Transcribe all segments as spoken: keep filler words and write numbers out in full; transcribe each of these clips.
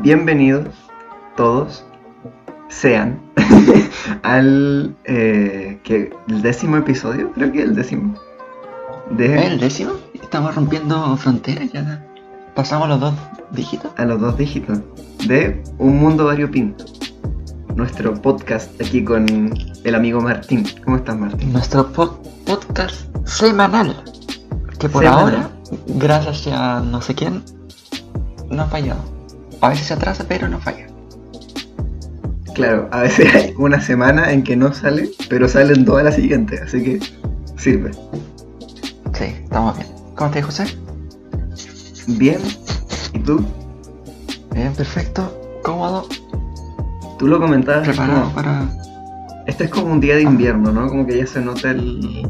bienvenidos todos sean al eh, que el décimo episodio, creo que el décimo. De... ¿El décimo? Estamos rompiendo fronteras ya. Pasamos los dos dígitos. A los dos dígitos. De Un Mundo Variopinto. Nuestro podcast aquí con el amigo Martín. ¿Cómo estás, Martín? Nuestro po- podcast semanal. Que por Semanal. ahora, gracias a no sé quién, no ha fallado. A veces se atrasa, pero no falla. Claro, a veces hay una semana en que no sale, pero salen todas las siguientes, así que sirve. Sí, estamos bien. ¿Cómo estás, José? Bien, ¿y tú? Bien, perfecto, cómodo, Tú lo comentabas, es preparado como- para... este es como un día de invierno, ¿no? Como que ya se nota el...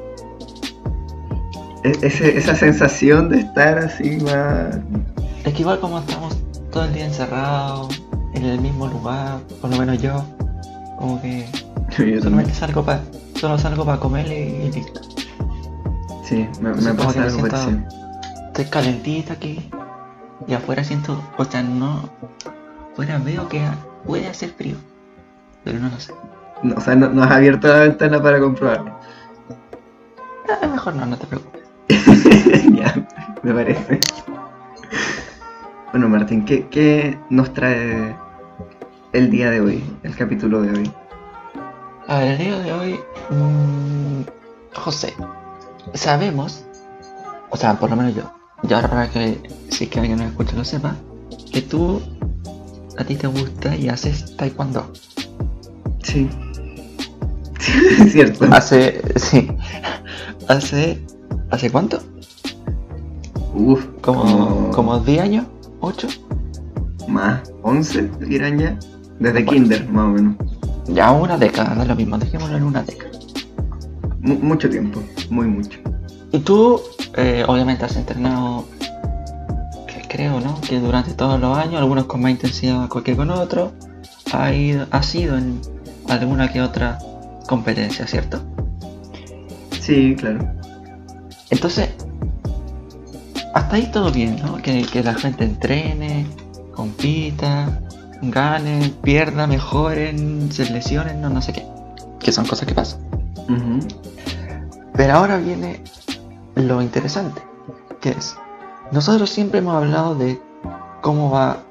e- ese, esa sensación de estar así más... Es que igual como estamos todo el día encerrados, en el mismo lugar, por lo menos yo, como que Yo solamente también. salgo para solo salgo para comer y, y listo. Sí, me, Entonces, me como pasa que me algo siento- parecido. Estoy calentita aquí y afuera siento, o sea, no, afuera veo que puede hacer frío, pero no lo sé. No, o sea, no, no has abierto la ventana para comprobarlo. Ah, mejor no, no te preocupes. Ya, me parece. Bueno, Martín, ¿qué, ¿qué nos trae el día de hoy, el capítulo de hoy? A ver, el día de hoy, mmm, José, sabemos, o sea, por lo menos yo, y ahora para que si es que alguien nos escucha lo sepa, que tú, a ti te gusta y haces taekwondo. Sí. Sí, es cierto. Hace, sí, hace, ¿hace cuánto? Uf, Como, como diez años, ocho. más, once dirán ya. Desde Bueno. kinder, más o menos. Ya una década, da lo mismo, dejémoslo en una década. Mu- mucho tiempo, muy mucho. Y tú, eh, obviamente has entrenado, que creo, ¿no? Que durante todos los años, algunos con más intensidad que con otros, has ido, has ido en alguna que otra competencia, ¿cierto? Sí, claro. Entonces, hasta ahí todo bien, ¿no? Que, que la gente entrene, compita, gane, pierda, mejoren, se lesionen, no, no sé qué. Que son cosas que pasan. Ujú. Pero ahora viene lo interesante, que es, nosotros siempre hemos hablado de cómo va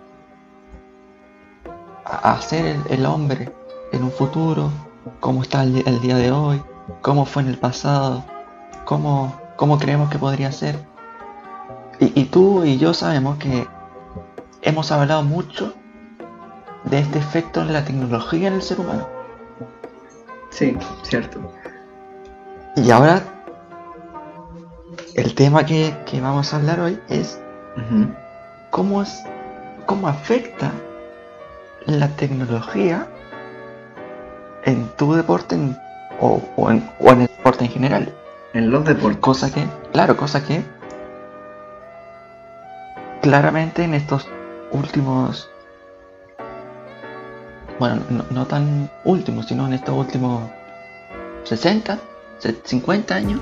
a a ser el, el hombre en un futuro, cómo está el, el día de hoy, cómo fue en el pasado, cómo, cómo creemos que podría ser. Y, y tú y yo sabemos que hemos hablado mucho de este efecto en la tecnología en el ser humano. Sí, cierto. Y ahora, el tema que, que vamos a hablar hoy es Ujú. cómo es cómo afecta la tecnología en tu deporte en- o, o en, o en el deporte en general. En los deportes. Cosa que, claro, cosa que claramente en estos últimos, bueno, no, no tan últimos, sino en estos últimos sesenta, se- cincuenta años,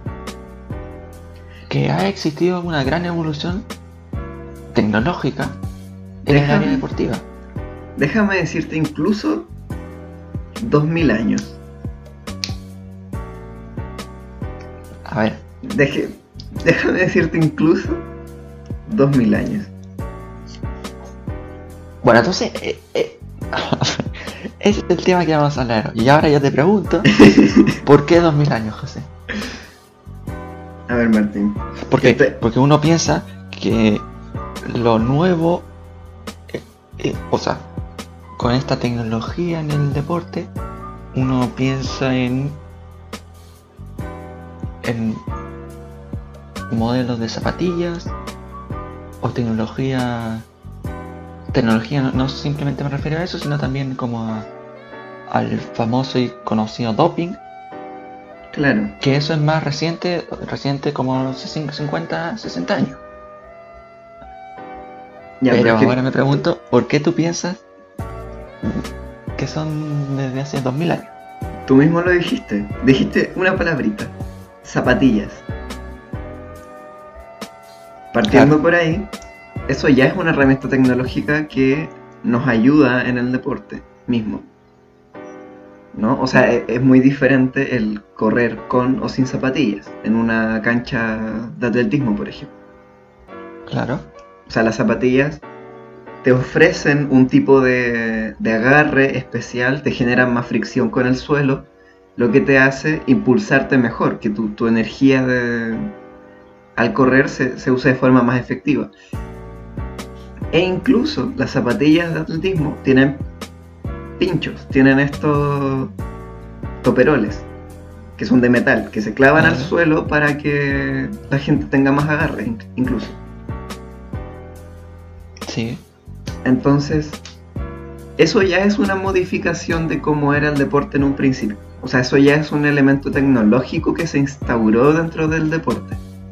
que ha existido una gran evolución tecnológica en el Déjame- área deportiva. Déjame decirte incluso dos mil años. A ver, Deje, déjame decirte incluso dos mil años. bueno, entonces, eh, eh, ese es el tema que vamos a hablar hoy. Y ahora yo te pregunto, ¿por qué dos mil años, José? A ver, Martín. Porque, Este- porque uno piensa que lo nuevo, eh, eh, o sea, con esta tecnología en el deporte, uno piensa en, en modelos de zapatillas o tecnología. Tecnología no, no simplemente me refiero a eso, sino también como a- al famoso y conocido doping. Claro. Que eso es más reciente, reciente como cincuenta, sesenta años. Ya, Pero pero es que ahora me pregunto, ¿por qué tú piensas que son desde hace dos mil años? tú mismo lo dijiste. Dijiste una palabrita. Zapatillas. Partiendo Claro. por ahí, eso ya es una herramienta tecnológica que nos ayuda en el deporte mismo, ¿no? O sea, e- es muy diferente el correr con o sin zapatillas en una cancha de atletismo, por ejemplo. Claro. O sea, las zapatillas te ofrecen un tipo de, de agarre especial, te generan más fricción con el suelo, lo que te hace impulsarte mejor, que tu, tu energía de, al correr se, se use de forma más efectiva. E incluso las zapatillas de atletismo tienen pinchos, tienen estos toperoles que son de metal, que se clavan al Vale. suelo para que la gente tenga más agarre, in- incluso. Sí. Entonces, eso ya es una modificación de cómo era el deporte en un principio. O sea, eso ya es un elemento tecnológico que se instauró dentro del deporte.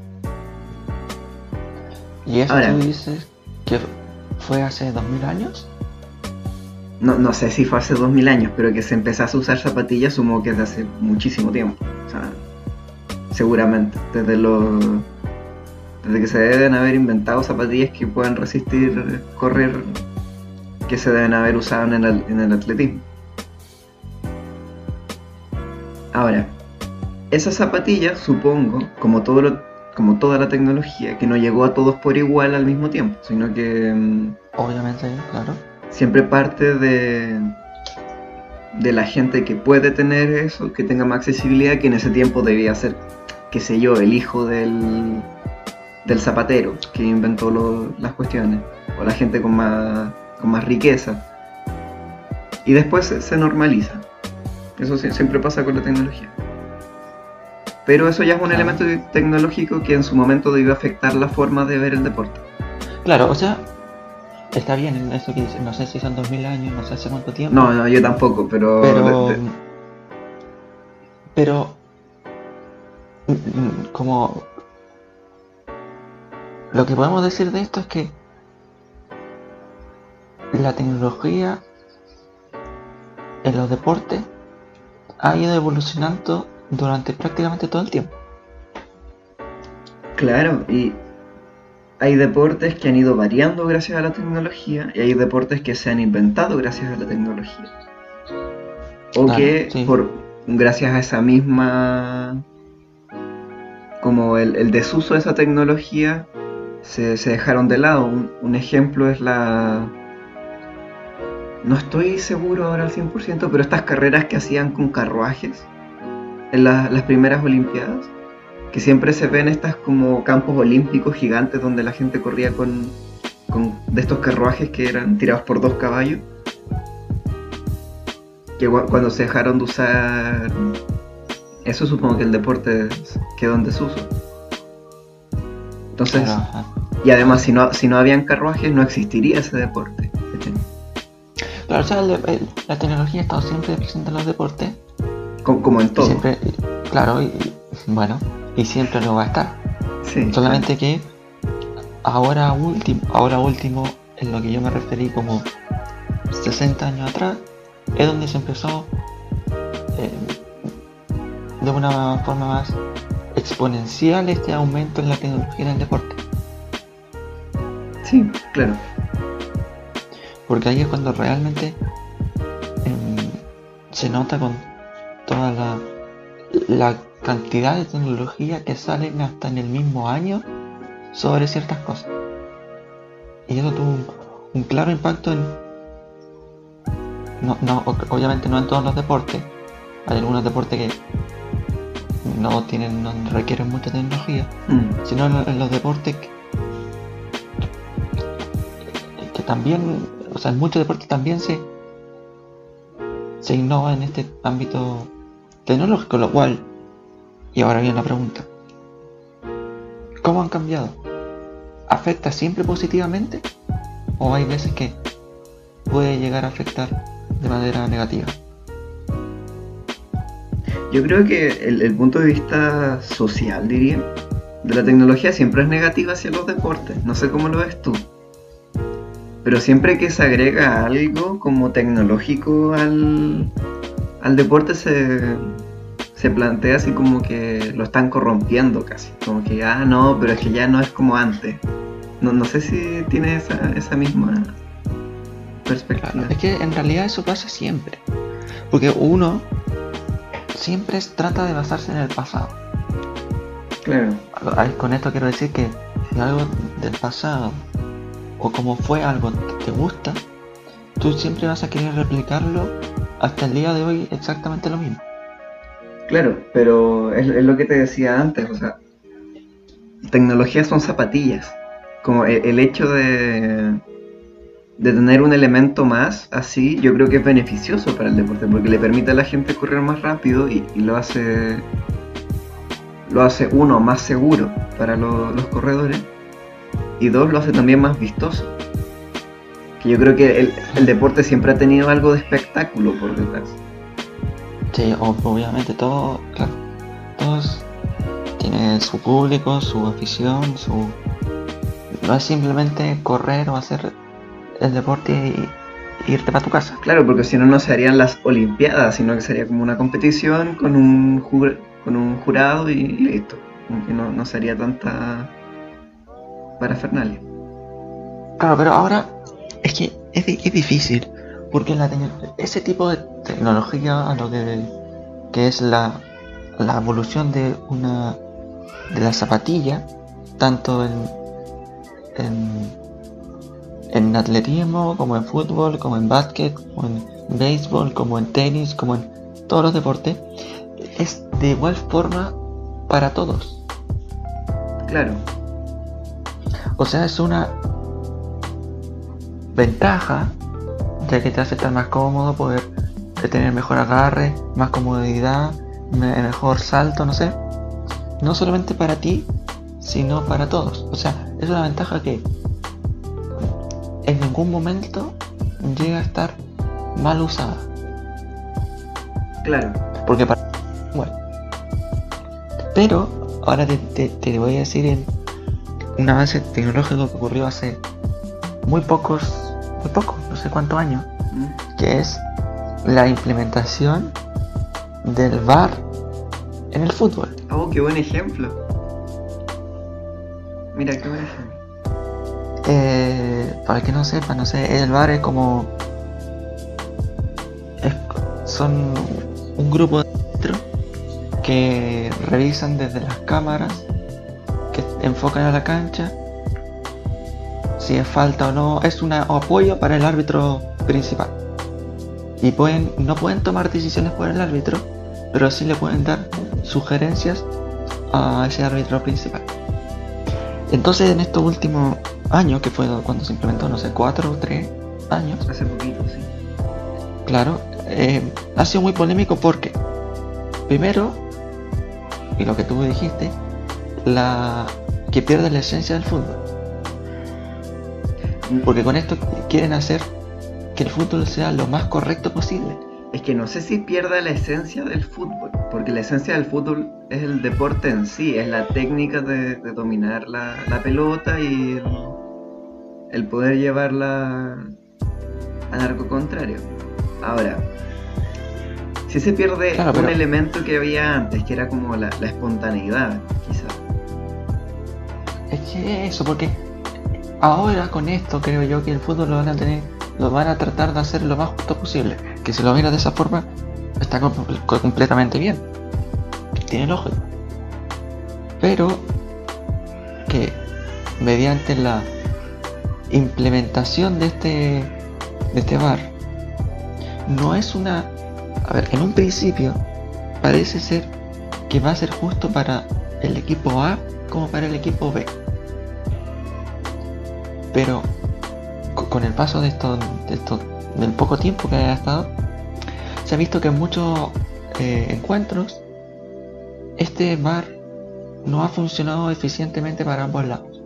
¿Y eso Ahora, tú dices que fue hace dos mil años? no, no sé si fue hace dos mil años, pero que se empezase a usar zapatillas supongo que es de hace muchísimo tiempo. O sea, seguramente, desde los... desde que se deben haber inventado zapatillas que puedan resistir correr, que se deben haber usado en el, en el atletismo. Ahora, esas zapatillas, supongo, como todo lo, como toda la tecnología, que no llegó a todos por igual al mismo tiempo, sino que mm, Obviamente, claro. siempre parte de, de la gente que puede tener eso, que tenga más accesibilidad, que en ese tiempo debía ser, qué sé yo, el hijo del, del zapatero que inventó lo- las cuestiones, o la gente con más, con más riqueza. Y después se, se normaliza. Eso sí- siempre pasa con la tecnología. Pero eso ya es un Claro. elemento de- tecnológico que en su momento debió afectar la forma de ver el deporte. Claro, o sea, está bien eso que dices. No sé si son dos mil años, no sé hace cuánto tiempo. No, no, yo tampoco, pero... Pero. de- de- Pero. mm, mm, Como. Lo que podemos decir de esto es que la tecnología en los deportes ha ido evolucionando durante prácticamente todo el tiempo. claro, y hay deportes que han ido variando gracias a la tecnología y hay deportes que se han inventado gracias a la tecnología. O Claro, que sí. por gracias a esa misma... como el, el desuso de esa tecnología se, se dejaron de lado. Un, un ejemplo es la... No estoy seguro ahora al cien por ciento, pero estas carreras que hacían con carruajes en la- las primeras Olimpiadas, que siempre se ven estas como campos olímpicos gigantes donde la gente corría con, con de estos carruajes que eran tirados por dos caballos, que gua- cuando se dejaron de usar eso, supongo que el deporte quedó en desuso. Entonces, Claro, ajá. y además si no, si no habían carruajes no existiría ese deporte. ¿Cachai? Claro, o sea, el- el- la tecnología ha estado siempre presente en los deportes. Como, como en Y todo. siempre, claro, y, y- bueno, y siempre lo va a estar. Sí, Solamente que ahora último, ahora último, en lo que yo me referí como sesenta años atrás, es donde se empezó eh, de una forma más exponencial este aumento en la tecnología en el deporte. sí, claro. Porque ahí es cuando realmente em, se nota con toda la, la cantidad de tecnología que salen hasta en el mismo año sobre ciertas cosas. Y eso tuvo un, un claro impacto en... No, no, o- obviamente no en todos los deportes. Hay algunos deportes que no tienen, no requieren mucha tecnología, Mm. sino en, en los deportes que, que también, o sea, en muchos deportes también se, se innova en este ámbito tecnológico, lo cual, y ahora viene la pregunta, ¿cómo han cambiado? ¿Afecta siempre positivamente? ¿O hay veces que puede llegar a afectar de manera negativa? Yo creo que el, el punto de vista social, diría, de la tecnología siempre es negativa hacia los deportes. No sé cómo lo ves tú. Pero siempre que se agrega algo como tecnológico al, al deporte se, se plantea así como que lo están corrompiendo casi. Como que, ah, no, pero es que ya no es como antes. No, no sé si tiene esa, esa misma Claro, perspectiva. es que en realidad eso pasa siempre. Porque uno siempre es- trata de basarse en el pasado. Claro, Ahí, con esto quiero decir que si algo del pasado o como fue algo que te gusta, tú siempre vas a querer replicarlo hasta el día de hoy exactamente lo mismo. claro, pero es, es lo que te decía antes, o sea, tecnologías son zapatillas. Como el, el hecho de, de tener un elemento más así, yo creo que es beneficioso para el deporte, porque le permite a la gente correr más rápido y, y lo hace, lo hace uno más seguro para lo- los corredores y dos lo hace también más vistoso. Que yo creo que el, el deporte siempre ha tenido algo de espectáculo por detrás. Sí, o- obviamente todo, claro, todos tienen su público, su afición, su... No es simplemente correr o hacer el deporte y, y irte para tu casa. Claro, porque si no, no se harían las Olimpiadas, sino que sería como una competición con un, jur- con un jurado y, y listo. Como que no, no sería tanta parafernalia. Claro, pero ahora es que es, di- es difícil, porque la tec- ese tipo de tecnología, a lo que, que es la, la evolución de una de la zapatilla, tanto en, en, en atletismo, como en fútbol, como en básquet, como en béisbol, como en tenis, como en todos los deportes, es de igual forma para todos. Claro, O sea, es una ventaja, ya que te hace estar más cómodo, poder tener mejor agarre, más comodidad, me- mejor salto, no sé. No solamente para ti, sino para todos. O sea, es una ventaja que en ningún momento llega a estar mal usada. claro. Porque para... Bueno, pero ahora te, te- te voy a decir en un avance tecnológico que ocurrió hace muy pocos, muy pocos, no sé cuántos años, ¿Mm? que es la implementación del V A R en el fútbol. Oh, qué buen ejemplo. Mira, qué buen ejemplo. Eh, para el que no sepa, no sé, el V A R es como... es- son un grupo de árbitros que revisan desde las cámaras que enfocan a la cancha si es falta o no, es un apoyo para el árbitro principal. Y pueden, no pueden tomar decisiones por el árbitro, pero sí le pueden dar sugerencias a ese árbitro principal. Entonces en estos últimos años, que fue cuando se implementó, no sé, cuatro o tres años, Hace poquito, sí. claro, eh, ha sido muy polémico porque, primero, y lo que tú dijiste, la que pierde la esencia del fútbol. Porque con esto quieren hacer que el fútbol sea lo más correcto posible. Es que no sé si pierda la esencia del fútbol, porque la esencia del fútbol es el deporte en sí, es la técnica de, de dominar la, la pelota y el, el poder llevarla al arco contrario. Ahora, si se pierde Claro, un pero elemento que había antes, que era como la, la espontaneidad, quizás. es que eso, porque ahora con esto creo yo que el fútbol lo van a tener, lo van a tratar de hacer lo más justo posible. Que si lo miras de esa forma, está com- co- completamente bien. Tiene lógica. Pero que mediante la implementación de este de este V A R no es una, a ver, en un principio parece ser que va a ser justo para el equipo A como para el equipo B, pero co- con el paso de esto, de esto del poco tiempo que ha estado, se ha visto que en muchos eh, encuentros este V A R no ha funcionado eficientemente para ambos lados.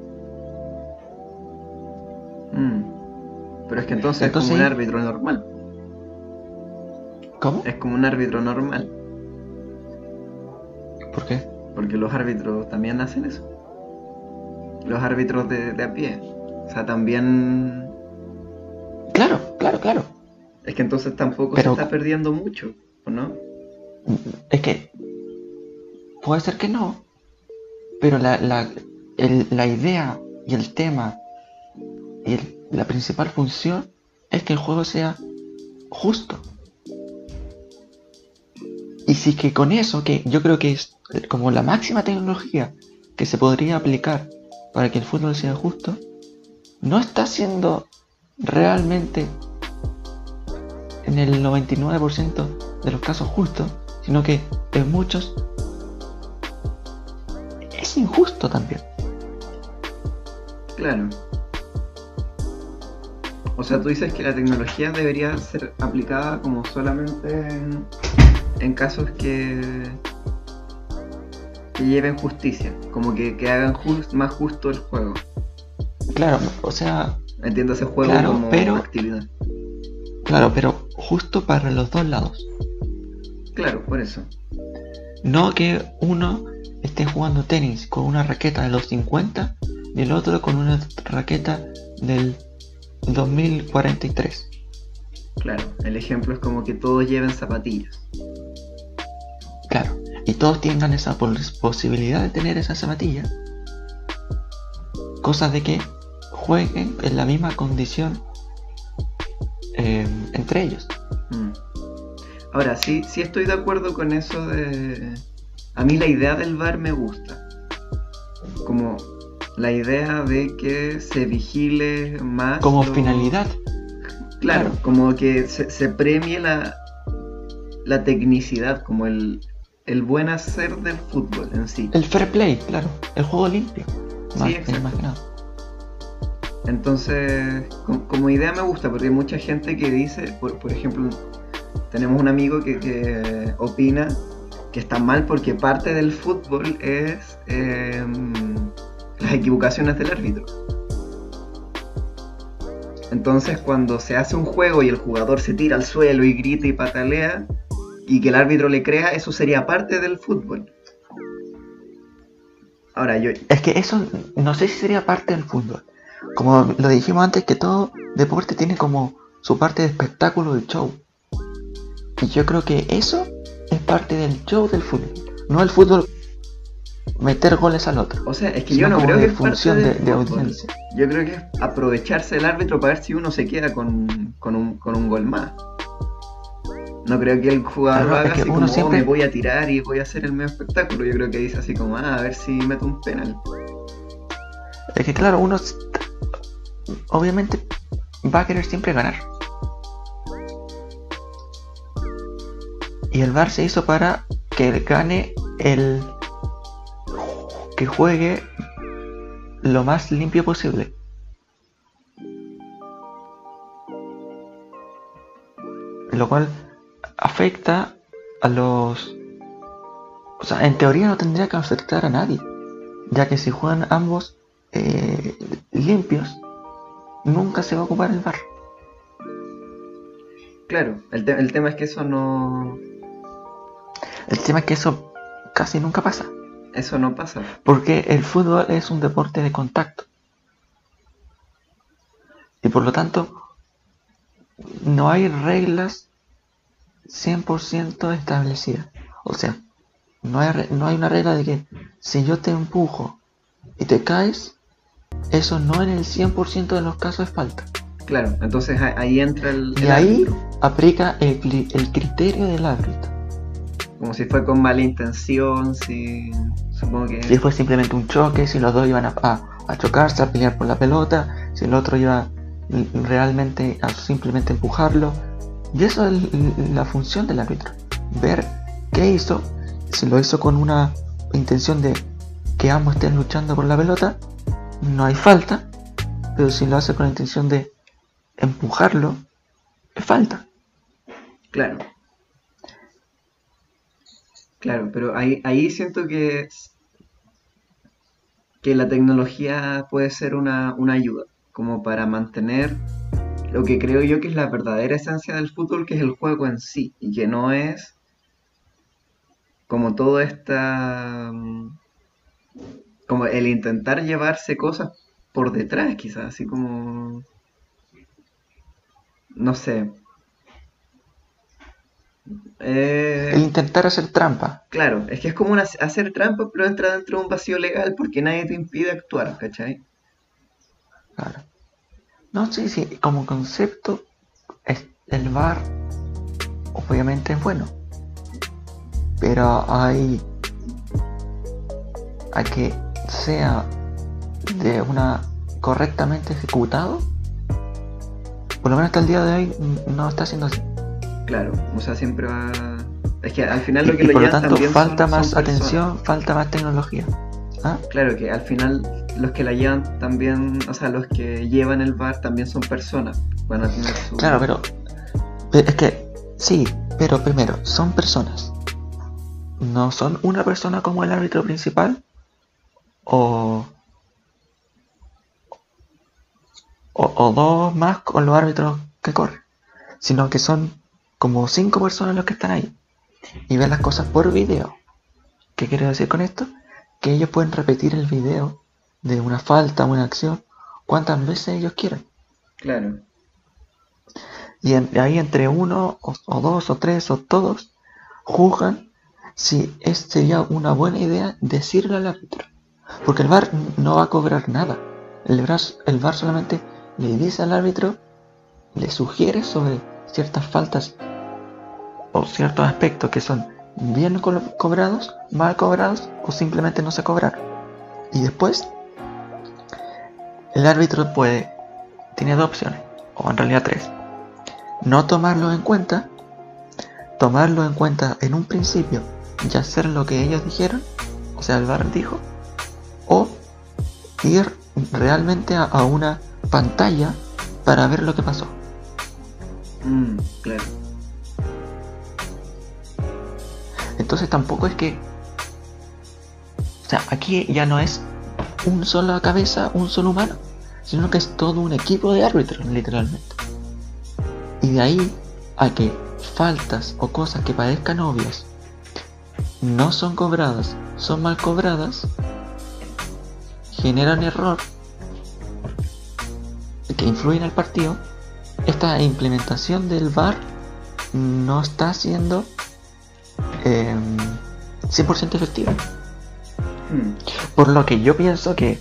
Mm. Pero es que entonces es como Entonces un ahí, árbitro normal. ¿cómo? Es como un árbitro normal, ¿Por qué? porque los árbitros también hacen eso. Los árbitros de, de a pie. O sea, también... Claro, claro, claro. Es que entonces tampoco se Pero está perdiendo mucho, ¿o no? es que puede ser que no, pero la, la, el- la idea y el tema Y el- la principal función es que el juego sea justo. Y si que con eso, que yo creo que es como la máxima tecnología que se podría aplicar para que el fútbol sea justo, no está siendo realmente en el noventa y nueve por ciento de los casos justo, sino que en muchos es injusto también. Claro. O sea, tú dices que la tecnología debería ser aplicada como solamente en, en casos que, que lleven justicia, como que, que hagan just- más justo el juego. Claro, o sea, Entiendo ese juego claro, como pero actividad. claro, pero justo para los dos lados. Claro, por eso. No que uno esté jugando tenis con una raqueta de los cincuenta y el otro con una raqueta del dos mil cuarenta y tres. Claro, el ejemplo es como que todos lleven zapatillas. Claro, y todos tengan esa pos- posibilidad de tener esa zapatilla. Cosas de que jueguen en la misma condición eh, entre ellos. Mm. Ahora, sí, sí estoy de acuerdo con eso de... A mí la idea del V A R me gusta. Como la idea de que se vigile más... Como lo- finalidad, Claro, claro. como que se, se premie la, la tecnicidad, como el, el buen hacer del fútbol en sí. El fair play, claro. El juego limpio. Sí, Más, exacto. más que nada. Entonces, com- como idea me gusta, porque hay mucha gente que dice, por, por ejemplo, tenemos un amigo que, que opina que está mal porque parte del fútbol es eh, las equivocaciones del árbitro. Entonces, cuando se hace un juego y el jugador se tira al suelo y grita y patalea, y que el árbitro le crea, eso sería parte del fútbol. Ahora, yo... Es que eso no sé si sería parte del fútbol. Como lo dijimos antes, que todo deporte tiene como su parte de espectáculo y show. Y yo creo que eso es parte del show del fútbol. No el fútbol meter goles al otro. O sea, es que yo Sino no como creo de que es parte función del de, de fútbol. audiencia. Yo creo que es aprovecharse del árbitro para ver si uno se queda con, con, un, con un gol más. No creo que el jugador Claro, lo es haga que así uno como, oh, siempre- me voy a tirar y voy a hacer el medio espectáculo. Yo creo que dice así como, ah, a ver si meto un penal. Es que claro, uno s- obviamente va a querer siempre ganar. Y el V A R se hizo para que gane el que juegue lo más limpio posible. Lo cual afecta a los... O sea, en teoría no tendría que afectar a nadie, ya que si juegan ambos eh, limpios, nunca se va a ocupar el V A R. Claro, el, te- el tema es que eso no... El tema es que eso casi nunca pasa, Eso no pasa. porque el fútbol es un deporte de contacto. Y por lo tanto, no hay reglas cien por ciento establecidas. O sea, no hay, re- no hay una regla de que si yo te empujo y te caes, eso no en el cien por ciento de los casos es falta. Claro, entonces a- ahí entra el, Y el ahí árbitro. aplica el, cli- el criterio del árbitro. Como si fue con mala intención, si... Supongo que... Si fue simplemente un choque, si los dos iban a, a- a chocarse, a pelear por la pelota, si el otro iba l- realmente a simplemente empujarlo. Y eso es l- la función del árbitro. Ver qué hizo, si lo hizo con una intención de que ambos estén luchando por la pelota, no hay falta. Pero si lo hace con la intención de empujarlo, es falta. Claro. Claro, pero ahí, ahí siento que, que la tecnología puede ser una, una ayuda, como para mantener lo que creo yo que es la verdadera esencia del fútbol, que es el juego en sí, y que no es como todo esta... mm, como el intentar llevarse cosas por detrás, quizás, así como... No sé. Eh, El intentar hacer trampa. claro, es que es como una- hacer trampa, pero entra dentro de un vacío legal porque nadie te impide actuar, ¿cachai? Claro. No, sí, sí, como concepto, es- el V A R obviamente es bueno, pero hay a que sea de una correctamente ejecutado, por lo menos hasta el día de hoy n- no está siendo así. Claro, o sea, siempre va... Es que al final lo que Y, y lo por lo llevan tanto también falta son, son más personas. atención, falta más tecnología. ¿Ah? Claro que al final los que la llevan también, o sea, los que llevan el bar también son personas. Van a tener Claro, su... pero pe- es que sí, pero primero, son personas. No son una persona como el árbitro principal o, o, o dos más con los árbitros que corren, sino que son como cinco personas los que están ahí y ven las cosas por video. ¿Qué quiero decir con esto? Que ellos pueden repetir el video de una falta o una acción cuantas veces ellos quieran. Claro. Y en- ahí entre uno o, o dos o tres o todos juzgan si es, sería una buena idea decirle al árbitro. Porque el V A R no va a cobrar nada. El V A R, el V A R solamente le dice al árbitro, le sugiere sobre ciertas faltas o ciertos aspectos que son bien co- cobrados, mal cobrados o simplemente no se cobraron. Y después el árbitro puede, tiene dos opciones, o en realidad tres. No tomarlo en cuenta, tomarlo en cuenta en un principio y hacer lo que ellos dijeron, o sea, el V A R dijo, o ir realmente a, a una pantalla para ver lo que pasó. Mm, claro. Entonces tampoco es que, o sea, aquí ya no es un sola cabeza, un solo humano, sino que es todo un equipo de árbitros, literalmente. Y de ahí a que faltas o cosas que parezcan obvias no son cobradas, son mal cobradas, generan error que influyen al partido. Esta implementación del V A R no está siendo eh, cien por ciento efectiva. Mm, Por lo que yo pienso que,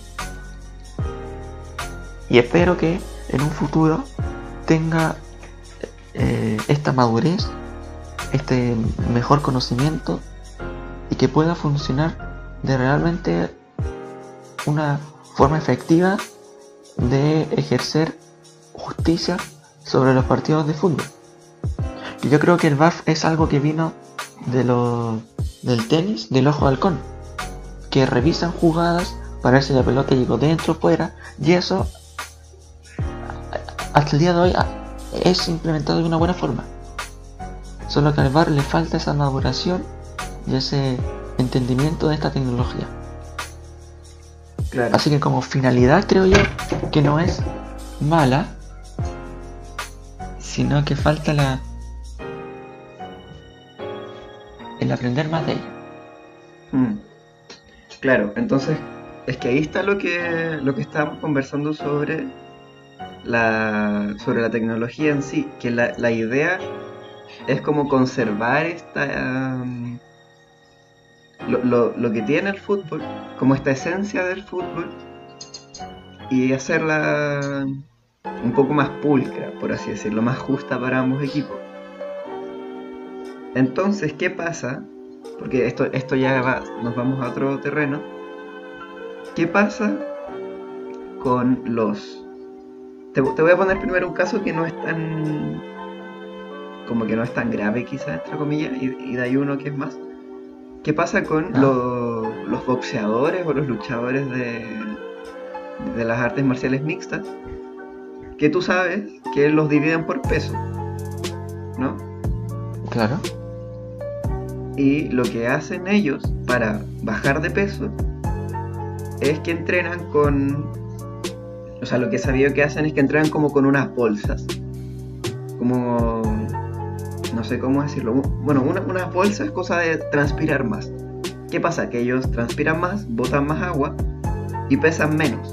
y espero que en un futuro tenga eh, esta madurez, este mejor conocimiento y que pueda funcionar de realmente una forma efectiva de ejercer justicia sobre los partidos de fútbol. Y yo creo que el V A R es algo que vino de lo, del tenis, del ojo de halcón, que revisan jugadas para ver si la pelota llegó dentro o fuera, y eso hasta el día de hoy es implementado de una buena forma. Solo que al V A R le falta esa maduración y ese entendimiento de esta tecnología. claro. Así que como finalidad creo yo que no es mala, sino que falta la el aprender más de ella. Mm, claro, entonces es que ahí está lo que, lo que estábamos conversando sobre la, sobre la tecnología en sí, que la, la idea es como conservar esta, um, lo, lo, lo que tiene el fútbol, como esta esencia del fútbol, y hacerla un poco más pulcra, por así decirlo, más justa para ambos equipos. Entonces, ¿qué pasa? Porque esto, esto ya va, nos vamos a otro terreno. ¿Qué pasa con los... Te, te voy a poner primero un caso que no es tan... como que no es tan grave quizás, entre comillas, y, y de ahí uno que es más. ¿Qué pasa con ¿Ah? lo- los boxeadores o los luchadores de, de las artes marciales mixtas? Que tú sabes que los dividen por peso, ¿no? Claro. Y lo que hacen ellos para bajar de peso es que entrenan con... O sea, lo que he sabido que hacen es que entrenan como con unas bolsas. Como... No sé cómo decirlo. Bueno, una, unas bolsas, cosa de transpirar más. ¿Qué pasa? Que ellos transpiran más, botan más agua y pesan menos.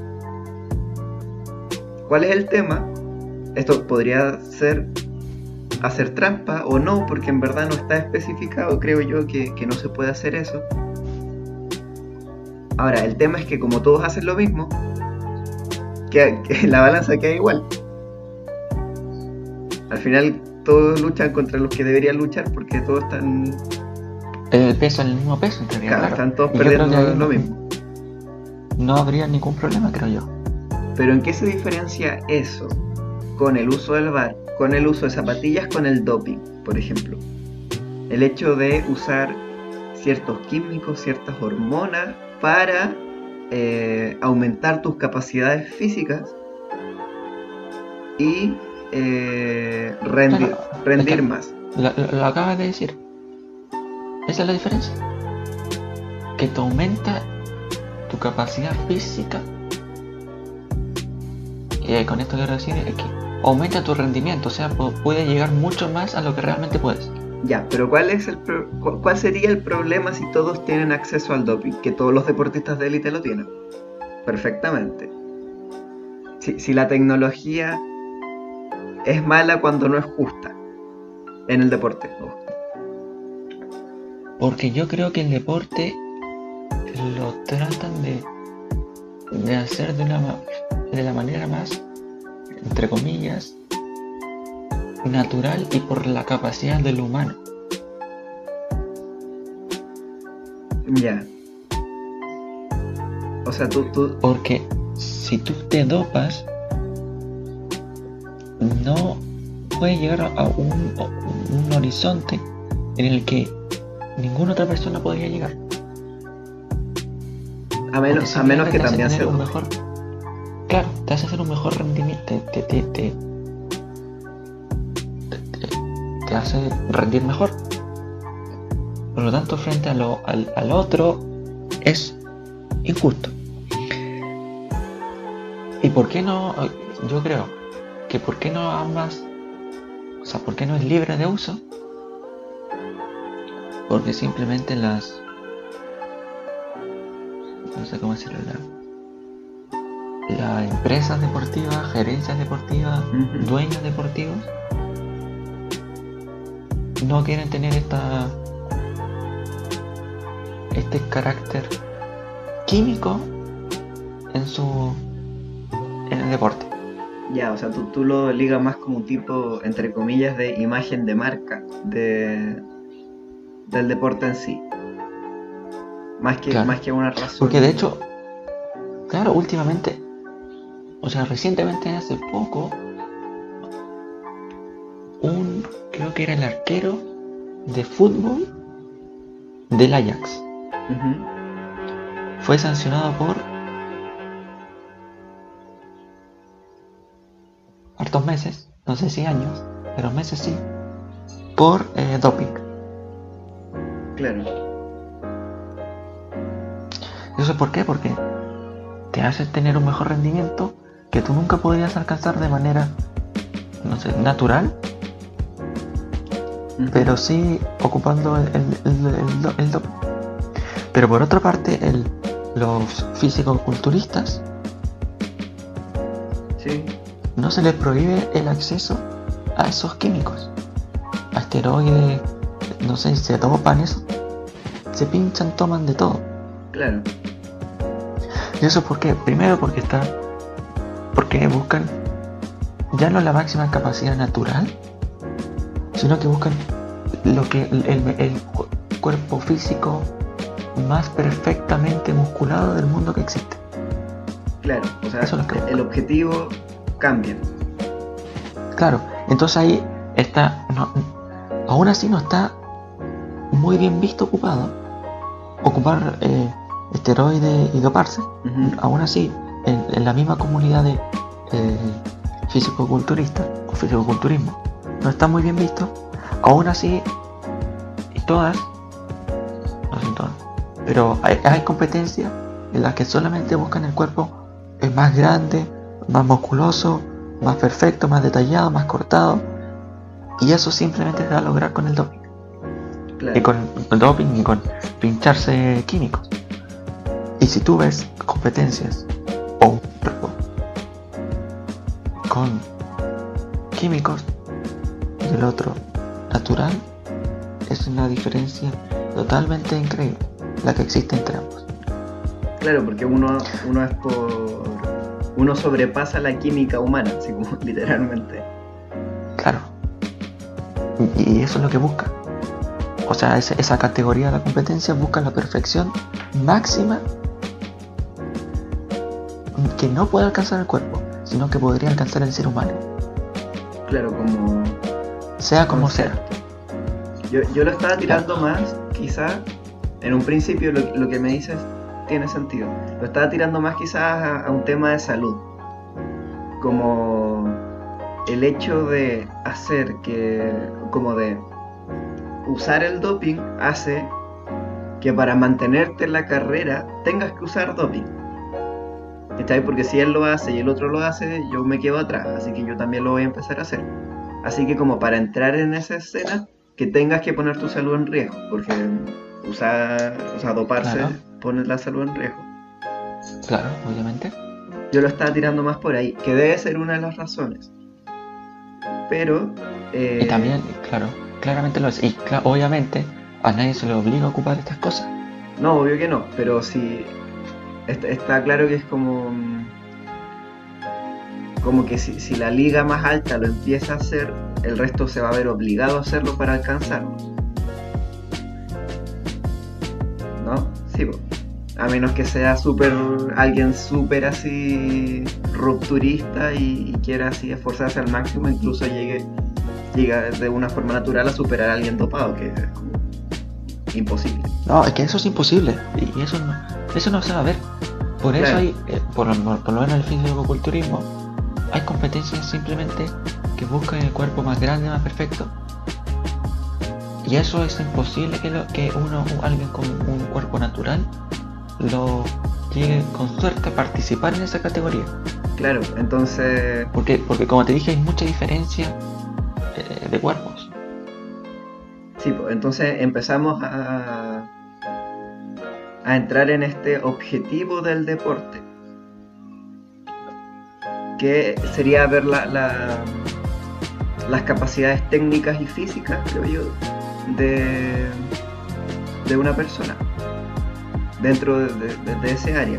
¿Cuál es el tema? Esto podría ser hacer trampa o no, porque en verdad no está especificado, creo yo, que, que no se puede hacer eso. Ahora, el tema es que como todos hacen lo mismo, que, que la balanza queda igual. Al final todos luchan contra los que deberían luchar porque todos están, El peso es el mismo peso, en teoría, claro, claro. están todos Y yo creo perdiendo que ahí lo no, mismo. no habría ningún problema, creo yo. Pero ¿en qué se diferencia eso con el uso del V A R, con el uso de zapatillas, con el doping, por ejemplo? El hecho de usar ciertos químicos, ciertas hormonas para eh, aumentar tus capacidades físicas y eh, rendir, Claro, es rendir que más. lo, lo- lo acabas de decir. Esa es la diferencia. Que te aumenta tu capacidad física. Y eh, con esto quiero decir es que aumenta tu rendimiento. O sea, pu- puedes llegar mucho más a lo que realmente puedes. Ya, pero ¿cuál es el pro- cu- cuál sería el problema si todos tienen acceso al doping? Que todos los deportistas de élite lo tienen. Perfectamente. Si, si la tecnología es mala cuando no es justa en el deporte. Ojo. Porque yo creo que el deporte lo tratan de, de hacer de, una, ma- de la manera más, entre comillas, natural y por la capacidad del humano. Ya. O sea, tú, tú, Porque si tú te dopas, no puedes llegar a un, un horizonte en el que ninguna otra persona podría llegar. a Porque menos, a menos simplemente que te hace también tener se un dope. mejor. Claro, te hace hacer un mejor rendimiento. Te, te, te, te, te- te hace rendir mejor. Por lo tanto, frente a lo, al, al otro, es injusto. ¿Y por qué no? Yo creo que por qué no ambas, o sea, por qué no es libre de uso, porque simplemente las, no sé cómo decirlo, la- las empresas deportivas, gerencias deportivas, Ujú. dueños deportivos, no quieren tener esta, este carácter químico en su, en el deporte. Ya, o sea, tú, tú lo ligas más como un tipo, entre comillas, de imagen de marca de, del deporte en sí. Más que, Claro. más que una razón. Porque de hecho, claro, últimamente, o sea, recientemente, hace poco, un, creo que era el arquero de fútbol del Ajax, Ujú. fue sancionado por hartos meses, no sé si años, pero meses sí, por eh, doping. Claro. ¿Eso por qué? Porque te hace tener un mejor rendimiento que tú nunca podrías alcanzar de manera, no sé, natural, Ujú. pero sí ocupando el, el, el, el, do- el doping. Pero por otra parte, el, los físico-culturistas Sí. no se les prohíbe el acceso a esos químicos, a esteroides, no sé, se dopan eso, se pinchan, toman de todo. Claro. ¿Y eso por qué? Primero porque está, porque buscan ya no la máxima capacidad natural, sino que buscan lo que el, el- el cu- cuerpo físico más perfectamente musculado del mundo que existe. Claro. O sea, Eso es lo que el objetivo cambia. Claro, entonces ahí está, no, aún así no está muy bien visto ocupado ocupar eh, esteroides y doparse. Ujú. Aún así, en, en la misma comunidad de eh, fisicoculturistas o fisicoculturismo no está muy bien visto. Aún así, y todas, no son todas, pero hay, hay competencias en las que solamente buscan el cuerpo eh, más grande, más musculoso, más perfecto, más detallado, más cortado, y eso simplemente se va a lograr con el doping, Claro. y con el doping y con pincharse químicos. Y si tú ves competencias o un cuerpo con químicos y el otro natural, es una diferencia totalmente increíble la que existe entre ambos. Claro, porque uno, uno es por. Uno sobrepasa la química humana, así como literalmente. Claro, Y, y eso es lo que busca. O sea, esa, esa categoría de la competencia busca la perfección máxima que no puede alcanzar el cuerpo, sino que podría alcanzar el ser humano. Claro, como... Sea como concepto. sea. Yo, yo lo estaba tirando más, quizás, en un principio lo, lo que me dices tiene sentido. Lo estaba tirando más quizás a, a un tema de salud. Como el hecho de hacer que, como de usar el doping hace que para mantenerte en la carrera tengas que usar doping. ¿Está bien? Porque si él lo hace y el otro lo hace, yo me quedo atrás, así que yo también lo voy a empezar a hacer. Así que como para entrar en esa escena, que tengas que poner tu salud en riesgo, porque usar, o sea, doparse Claro. pone la salud en riesgo. Claro, obviamente. Yo lo estaba tirando más por ahí, que debe ser una de las razones. Pero... Eh, Y también, claro, claramente lo es. Y cla- obviamente a nadie se le obliga a ocupar estas cosas. No, obvio que no, pero sí... Está, está claro que es como... Como que si, si la liga más alta lo empieza a hacer, el resto se va a ver obligado a hacerlo para alcanzarlo. ¿No? Sí, po. A menos que sea súper alguien súper así rupturista y, y quiera así esforzarse al máximo, incluso llegue, llegue de una forma natural a superar a alguien dopado, que es como imposible. No, es que eso es imposible. Y eso no, eso no se va a ver. Por eso Claro. hay, eh, por, por, por lo menos en el fisicoculturismo, hay competencias simplemente que buscan el cuerpo más grande, más perfecto. Y eso es imposible que, lo, que uno, alguien con un cuerpo natural lo llegue con suerte a participar en esa categoría. Claro, entonces... Porque, porque como te dije, hay mucha diferencia eh, de cuerpos. Sí, pues entonces empezamos a, a entrar en este objetivo del deporte, que sería ver la, la, las capacidades técnicas y físicas, creo yo, de, de una persona dentro de, de, de ese área.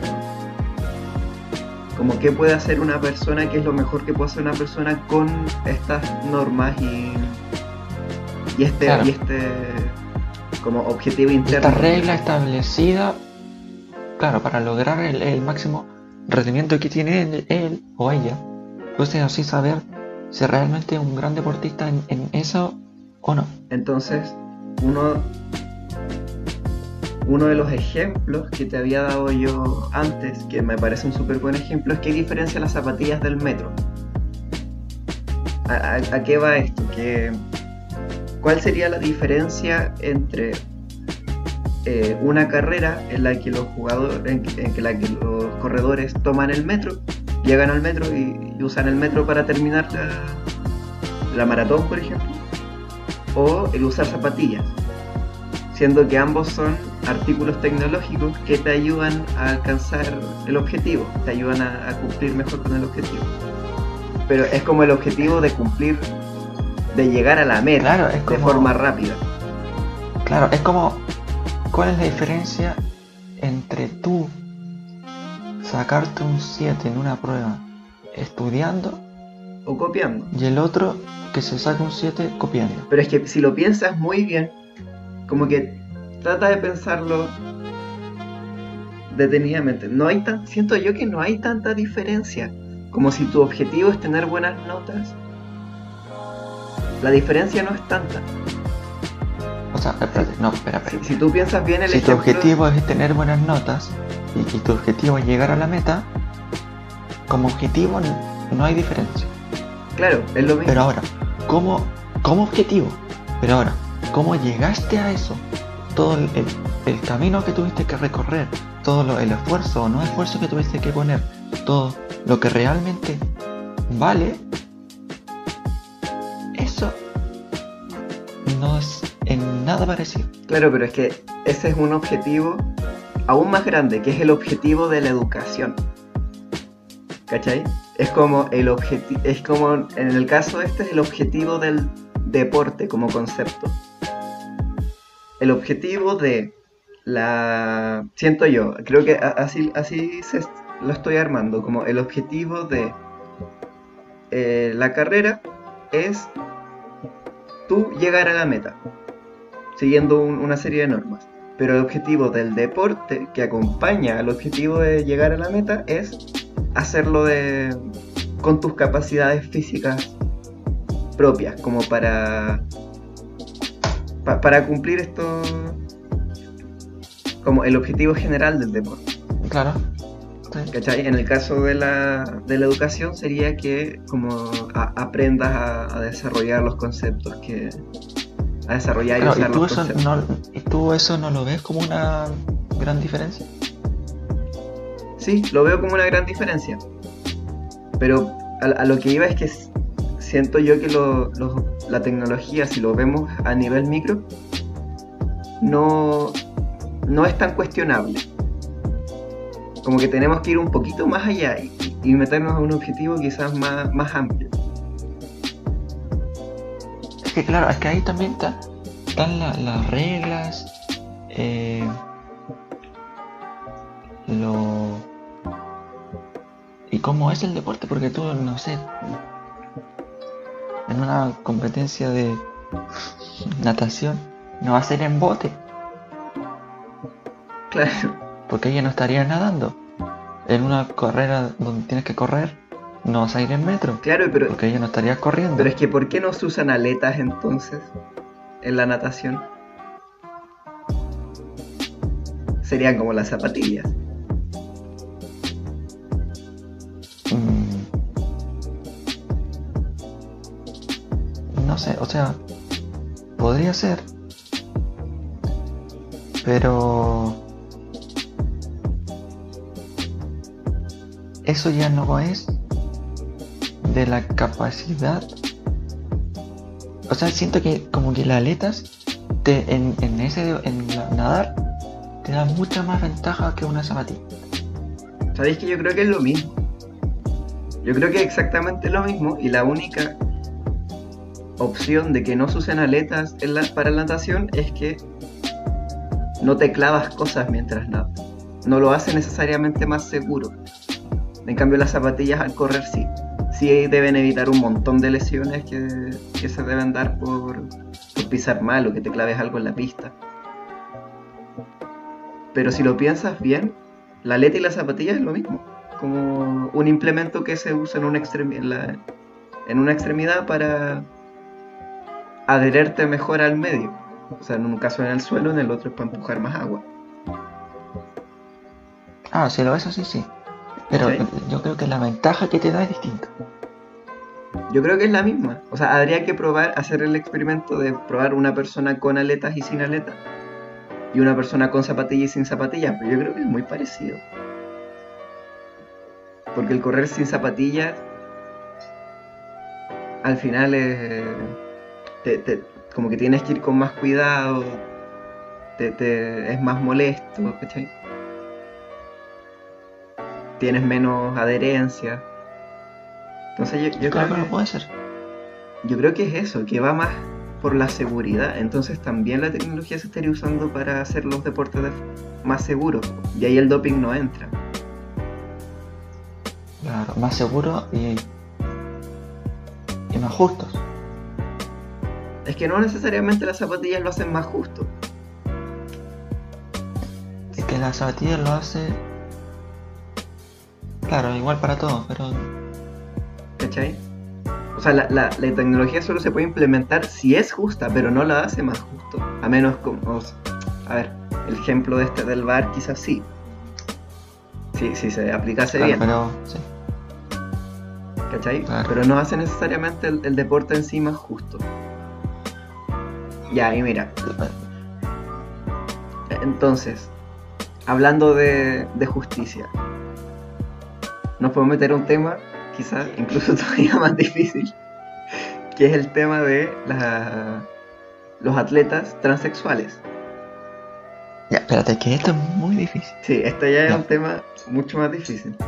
Como qué puede hacer una persona, qué es lo mejor que puede hacer una persona con estas normas y, y este Claro. y este como objetivo interno. Esta regla establecida, claro, para lograr el, el máximo rendimiento que tiene él, él o ella. Entonces así saber si realmente es un gran deportista en, en eso o no. Entonces, uno, uno de los ejemplos que te había dado yo antes, que me parece un súper buen ejemplo, es qué diferencia las zapatillas del metro. ¿A, a, a qué va esto? ¿Qué, ¿Cuál sería la diferencia entre eh, una carrera en la que los jugadores, en, en que la que los corredores toman el metro, llegan al metro y, y usan el metro para terminar la, la maratón, por ejemplo, o el usar zapatillas, siendo que ambos son artículos tecnológicos que te ayudan a alcanzar el objetivo, te ayudan a, a cumplir mejor con el objetivo, pero es como el objetivo de cumplir, de llegar a la meta, Claro, es de como- forma rápida. Claro, es como, ¿cuál es la diferencia entre tú sacarte un siete en una prueba estudiando O copiando. y el otro que se saca un siete copiando? Pero es que si lo piensas muy bien, como que trata de pensarlo detenidamente. No hay tan, siento yo que no hay tanta diferencia. Como si tu objetivo es tener buenas notas, la diferencia no es tanta. O sea, espérate, no, espera, espera. Si, si tú piensas bien el Si tu ejemplo, objetivo es tener buenas notas y, y tu objetivo es llegar a la meta, como objetivo n- no hay diferencia. claro, es lo mismo. Pero ahora, ¿cómo, como objetivo? Pero ahora, ¿cómo llegaste a eso? Todo el, el- el camino que tuviste que recorrer, todo lo- el esfuerzo o no esfuerzo que tuviste que poner, todo lo que realmente vale, eso no es en nada parecido. Claro, pero es que ese es un objetivo aún más grande, que es el objetivo de la educación. ¿Cachai? Es como el objetivo, es como en el caso este es el objetivo del deporte como concepto. El objetivo de la, siento yo, creo que a- así así se, lo estoy armando, como el objetivo de eh, la carrera es tú llegar a la meta, siguiendo un- una serie de normas. Pero el objetivo del deporte que acompaña al objetivo de llegar a la meta es hacerlo de, con tus capacidades físicas propias, como para, pa- para cumplir esto, como el objetivo general del deporte. Claro. Sí. ¿Cachai? En el caso de la, de la educación sería que como a- aprendas a, a desarrollar los conceptos que... a desarrollar y Claro, ¿y usar tú, los eso conceptos. no, ¿y tú eso no lo ves como una gran diferencia? Sí, lo veo como una gran diferencia. Pero a, a lo que iba es que s- siento yo que lo- lo- la tecnología, si lo vemos a nivel micro, no, no es tan cuestionable. Como que tenemos que ir un poquito más allá y, y meternos a un objetivo quizás más, más amplio. Es que claro, es que ahí también está- están la- las reglas, eh, lo... y cómo es el deporte, porque tú, no sé, en una competencia de natación no va a ser en bote, Claro, porque ella no estaría nadando. En una carrera donde tienes que correr, no vas a ir en metro, claro, pero, porque ella no estaría corriendo. pero es que ¿por qué no se usan aletas entonces en la natación? Serían como las zapatillas. Mm, no sé, o sea, podría ser, pero eso ya no es de la capacidad. O sea, siento que como que las aletas te, en, en ese en la- nadar te da mucha más ventaja que una zapatilla. ¿Sabéis que yo creo que es lo mismo? Yo creo que es exactamente lo mismo y la única opción de que no se usen aletas en la, para la natación es que no te clavas cosas mientras nadas. No lo hace necesariamente más seguro. En cambio las zapatillas al correr sí. Sí deben evitar un montón de lesiones que, que se deben dar por, por pisar mal o que te claves algo en la pista. Pero si lo piensas bien, la aleta y la zapatilla es lo mismo. Como un implemento que se usa en una, extremi- en la- en una extremidad para adhererte mejor al medio. O sea, en un caso en el suelo, en el otro es para empujar más agua. Ah, si lo ves así, sí. Pero ¿Sí? yo creo que la ventaja que te da es distinta. Yo creo que es la misma. O sea, habría que probar, hacer el experimento de probar una persona con aletas y sin aletas. Y una persona con zapatillas y sin zapatillas. Pero yo creo que es muy parecido. Porque el correr sin zapatillas, al final es... te- te- como que tienes que ir con más cuidado. Te, te- es más molesto, ¿cachai? Tienes menos adherencia. Entonces yo, yo Claro, creo claro, que... puede ser. Yo creo que es eso, que va más por la seguridad. Entonces también la tecnología se estaría usando para hacer los deportes de- más seguros. Y ahí el doping no entra. Claro, más seguro y, y más justos. Es que no necesariamente las zapatillas lo hacen más justo. Es que la zapatilla lo hace. Claro, igual para todos, pero. ¿Cachai? O sea, la, la- la tecnología solo se puede implementar si es justa, pero no la hace más justo. A menos como... A ver, el ejemplo de este del bar quizás sí. Si, si se aplicase Claro, bien. pero. Sí. ¿Cachai? Claro. Pero no hace necesariamente el, el deporte en sí más justo. Ya, y mira, entonces, hablando de, de justicia, nos podemos meter a un tema, quizás incluso todavía más difícil, que es el tema de la- los atletas transexuales. Ya, espérate, que esto es muy difícil. Sí, este ya es Ya. un tema mucho más difícil.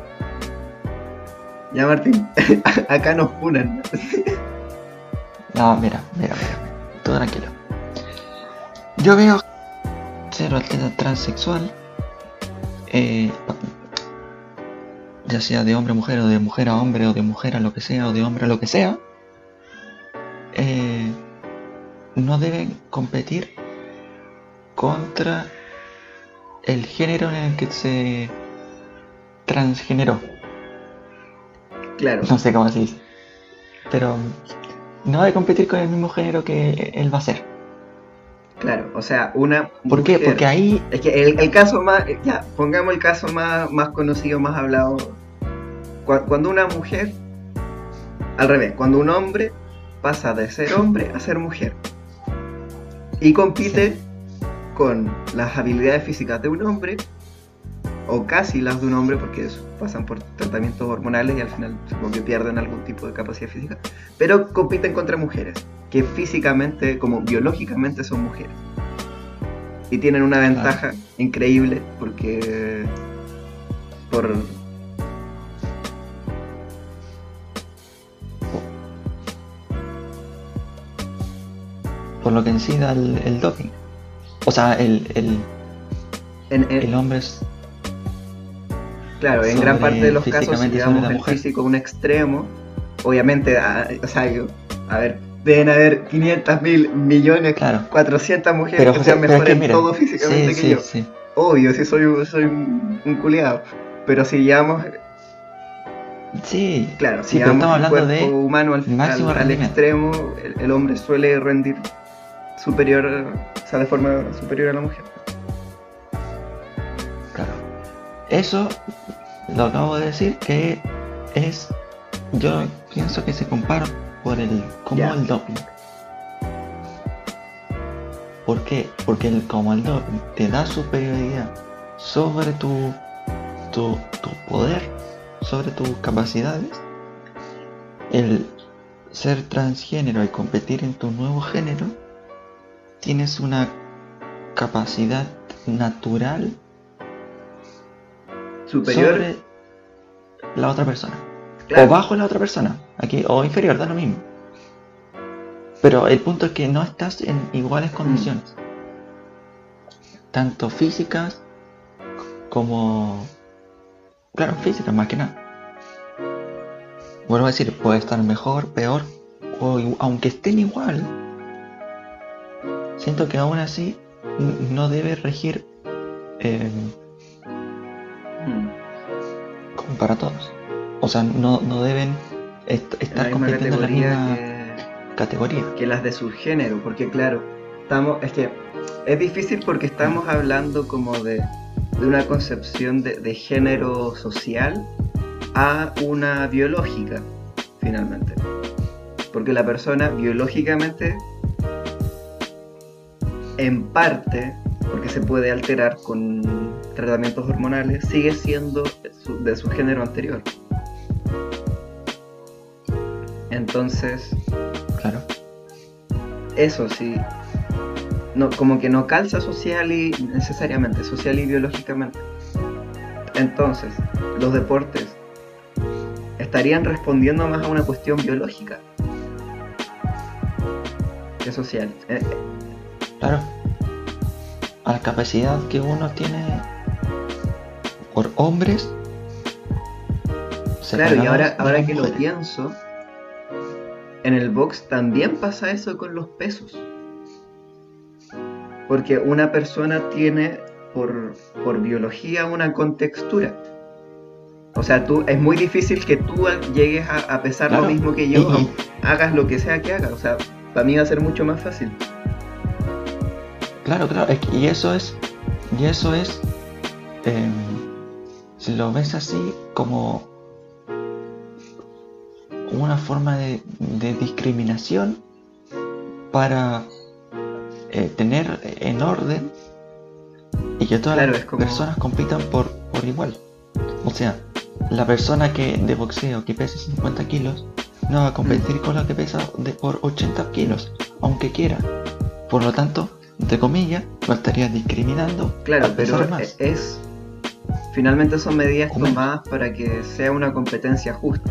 Ya, Martín, acá nos funan. No, mira, mira, mira. Todo tranquilo. Yo veo ser atleta transexual, eh, ya sea de hombre a mujer o de mujer a hombre o de mujer a lo que sea o de hombre a lo que sea, eh, no deben competir contra el género en el que se transgeneró. Claro, No sé cómo se dice. Pero no debe competir con el mismo género que él va a ser. claro. O sea, una ¿Por qué? mujer. Porque ahí, Es que el, el caso más. Ya, pongamos el caso más, más conocido, más hablado. Cu- Cuando una mujer. Al revés, cuando un hombre pasa de ser hombre a ser mujer. Y compite sí, con las habilidades físicas de un hombre, o casi las de un hombre, porque eso, pasan por tratamientos hormonales y al final supongo que pierden algún tipo de capacidad física, pero compiten contra mujeres, que físicamente, como biológicamente son mujeres. Y tienen una claro. ventaja increíble, porque por... Por lo que incida el, el doping. O sea, el, el, En, en- el hombre es claro, en gran parte de sobre los casos, si físicamente sobre llevamos la el mujer. físico a un extremo, obviamente, a, o sea, yo, a ver, deben haber quinientos mil millones, Claro. cuatrocientas mujeres Pero que José, sean pero es mejores que en mira, todo físicamente sí, que sí, yo. sí. Obvio, si soy, un- soy un, un culiado. Pero si llevamos, Sí, claro, si sí, pero llevamos estamos el hablando cuerpo de humano al, máximo al, al rendimiento. extremo, el, el hombre suele rendir superior, o sea, de forma superior a la mujer. Claro. Eso lo acabo de decir que es, yo pienso que se compara por el, como Ya, el doping. ¿Por qué? Porque el, como el doping te da superioridad sobre tu, tu, tu poder, sobre tus capacidades, el ser transgénero y competir en tu nuevo género, tienes una capacidad natural superior, sobre la otra persona. O claro. bajo la otra persona. Aquí, o inferior, da lo mismo. Pero el punto es que no estás en iguales Mm, condiciones. Tanto físicas como... Claro, físicas más que nada. Vuelvo a decir, puede estar mejor, peor. O igu- aunque estén igual, siento que aún así n- no debe regir eh, mm. como para todos. O sea, no, no deben est- En la estar misma compitiendo en la categoría misma que, categoría. que las de su género, porque claro, estamos, es que es difícil porque estamos hablando como de, de una concepción de, de género social a una biológica, finalmente. Porque la persona biológicamente, en parte, porque se puede alterar con tratamientos hormonales, sigue siendo su- de su género anterior. Entonces, Claro. eso sí, no, como que no calza social y necesariamente, social y biológicamente. Entonces, los deportes estarían respondiendo más a una cuestión biológica que social. Eh, Claro. A la capacidad que uno tiene por hombres claro, y ahora, separados de ahora las que lo mujeres. pienso, en el box también pasa eso con los pesos. Porque una persona tiene por, por biología una contextura. O sea, tú, es muy difícil que tú llegues a, a pesar lo Claro. mismo que Y, yo, y- hagas lo que sea que hagas. O sea, para mí va a ser mucho más fácil. claro, claro. es que- y eso es. Y eso es. em, si lo ves así como una forma de, de discriminación para eh, tener en orden y que todas Claro, las es como... personas compitan por, por igual. O sea, la persona que de boxeo que pesa cincuenta kilos no va a competir Mm, con la que pesa de por ochenta kilos, aunque quiera. Por lo tanto, entre comillas, lo estarías discriminando claro, al pero pesar e- más es... Finalmente son medidas o menos. tomadas para que sea una competencia justa.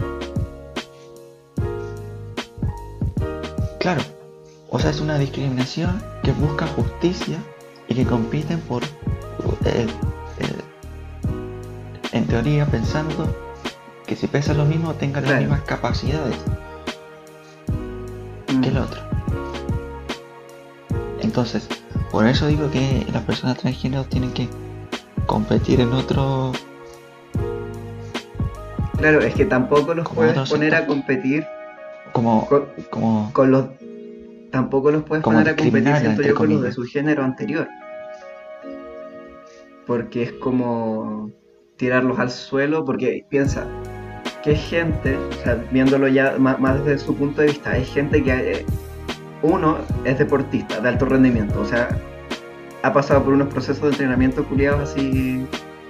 Claro, o sea, es una discriminación que busca justicia y que compiten por, eh, eh, en teoría, pensando que si pesa lo mismo tengan las Claro. mismas capacidades que el Mm, otro. Entonces, por eso digo que las personas transgénero tienen que competir en otro, Claro, es que tampoco los como puedes otro poner a sector, competir como, con, como, con los... Tampoco los puedes como poner a competir, discriminarla siento entre yo, con los de comillas. su género anterior. Porque es como tirarlos al suelo, porque piensa, que es gente, o sea, viéndolo ya más, más desde su punto de vista, es gente que, eh, uno, es deportista de alto rendimiento, o sea, ha pasado por unos procesos de entrenamiento culiados así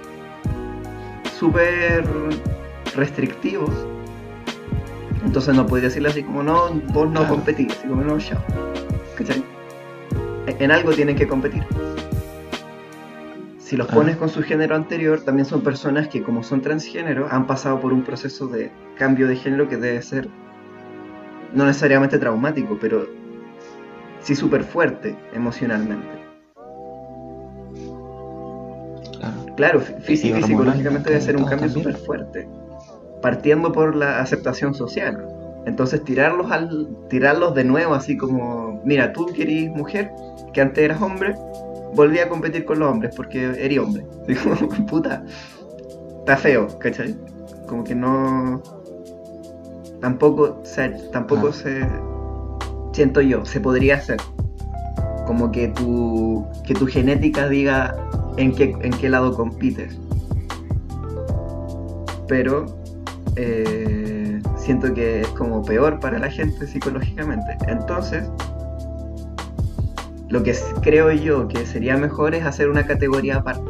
súper restrictivos. Entonces no podía decirle así como, no, vos no Claro. competís, así como, no, chao. ¿Cachai? En algo tienen que competir. Si los Claro. pones con su género anterior, también son personas que, como son transgénero, han pasado por un proceso de cambio de género que debe ser no necesariamente traumático, pero sí súper fuerte emocionalmente. Claro. Claro, Y, y física y psicológicamente hormonalmente debe ser un todo cambio también. súper fuerte, partiendo por la aceptación social. Entonces tirarlos al tirarlos de nuevo así como, mira, tú que eres mujer, que antes eras hombre, volví a competir con los hombres porque eres hombre. Digo, puta, está feo, ¿cachai? Como que no... Tampoco, o sea, tampoco Claro. se... Siento yo, se podría hacer. Como que tu, que tu genética diga en qué, en qué lado compites. Pero eh, siento que es como peor para la gente psicológicamente. Entonces, lo que creo yo que sería mejor es hacer una categoría aparte.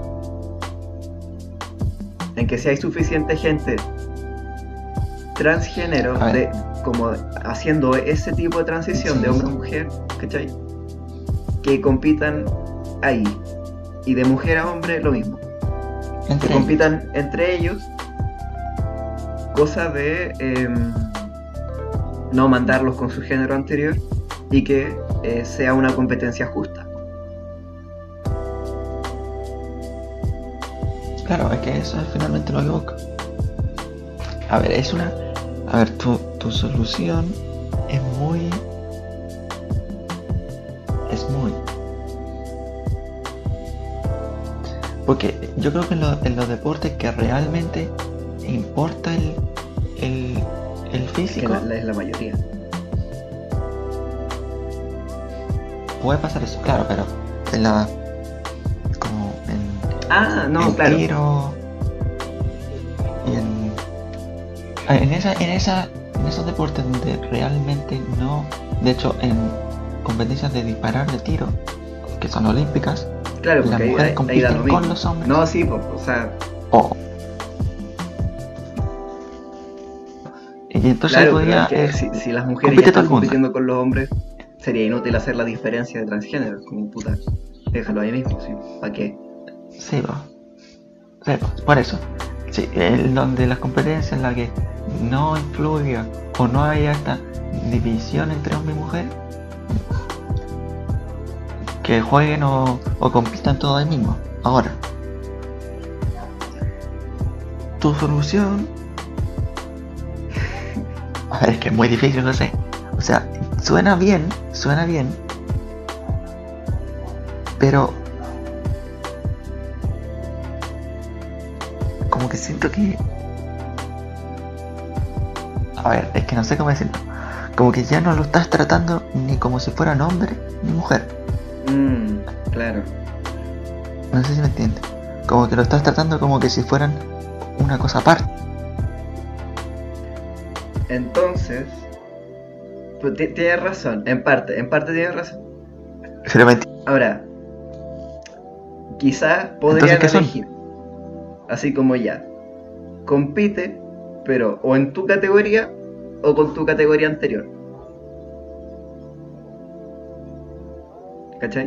En que si hay suficiente gente transgénero, A ver, de, como haciendo ese tipo de transición de sí, hombre a mujer, ¿cachai? Que compitan ahí. Y de mujer a hombre lo mismo. Que entre ellos. compitan entre ellos, cosa de eh, no mandarlos con su género anterior y que eh, sea una competencia justa. Claro, es que eso es finalmente lo que busco. A ver, es una... A ver, tu, tu solución es muy... Es muy... Porque yo creo que en, lo, en los deportes que realmente importa el, el, el físico, que la, es la mayoría. puede pasar eso, claro, pero en la... como en Ah, no, el claro. tiro y en... En, esa, en, esa, en esos deportes donde realmente no... De hecho, en competencias de disparar de tiro, que son olímpicas, Claro, las porque ahí, mujeres ahí, ahí da lo compiten mismo. con los hombres. No, sí, pues, o sea, O... Y entonces ahí claro, pero es podría... que eh, si, si las mujeres ya compite todo están el mundo. compitiendo con los hombres, sería inútil hacer la diferencia de transgénero. Como puta, déjalo ahí mismo, ¿sí? ¿Para qué? Sí, po. Sí, po. Por eso. Sí, el, donde las competencias en las que no influya o no haya esta división entre hombre y mujer, que jueguen o, o compitan todos ahí mismo. Ahora, tu solución... A ver, es que es muy difícil, no sé. O sea, suena bien, suena bien, pero como que siento que... A ver, es que no sé cómo decirlo. Como que ya no lo estás tratando ni como si fueran hombre ni mujer. Mmm, claro. No sé si me entiendes. Como que lo estás tratando como que si fueran una cosa aparte. Entonces, pues, tienes razón, en parte, en parte tienes razón. Pero me entiendes. Ahora, quizás Entonces, podrían ¿qué son? elegir, así como ya, compite, pero o en tu categoría o con tu categoría anterior. ¿Cachai?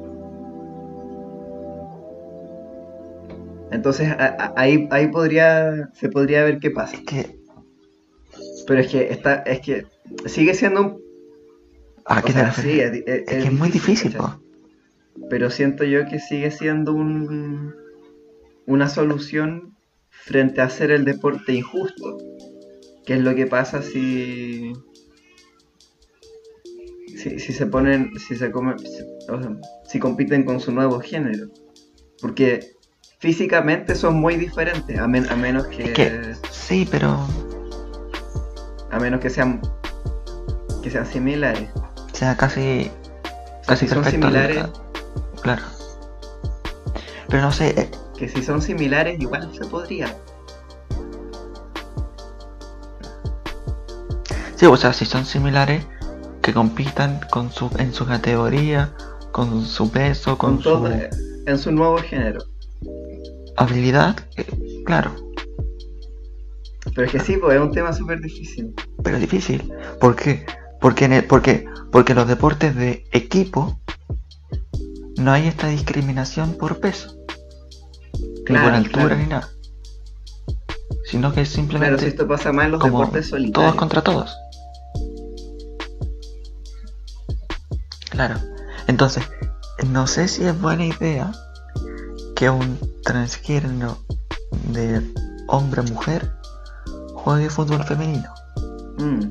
Entonces a, a, ahí, ahí podría, se podría ver qué pasa. Es que... Pero es que está, es que sigue siendo un... ¿A O qué te sea, refieres? sí, es, es, Es es que es muy difícil, ¿cachai? po. Pero siento yo que sigue siendo un, una solución frente a hacer el deporte injusto. ¿Qué es lo que pasa si si, si se ponen, si se come, si, o sea, si compiten con su nuevo género. Porque físicamente son muy diferentes, a, men- a menos Es que, que sí, pero, a menos que sean que sean similares. o sea, casi, O sea, casi si son perfecto. al- similares, a- claro. Pero no sé, eh, que si son similares igual se podría. sí, o sea, si son similares, que compitan con su, en su categoría, con su peso, con Con todo, su eh, en su nuevo género. habilidad, eh, claro, Pero es que sí, pues es un tema súper difícil. pero difícil. ¿Por qué? Porque, en el- porque, porque los deportes de equipo no hay esta discriminación por peso, ni por Claro, altura, claro. ni nada, sino que es Claro, si simplemente esto pasa más en los como deportes todos solitarios. contra todos. Claro. Entonces, no sé si es buena idea que un transgénero de hombre a mujer juegue fútbol femenino. Mm.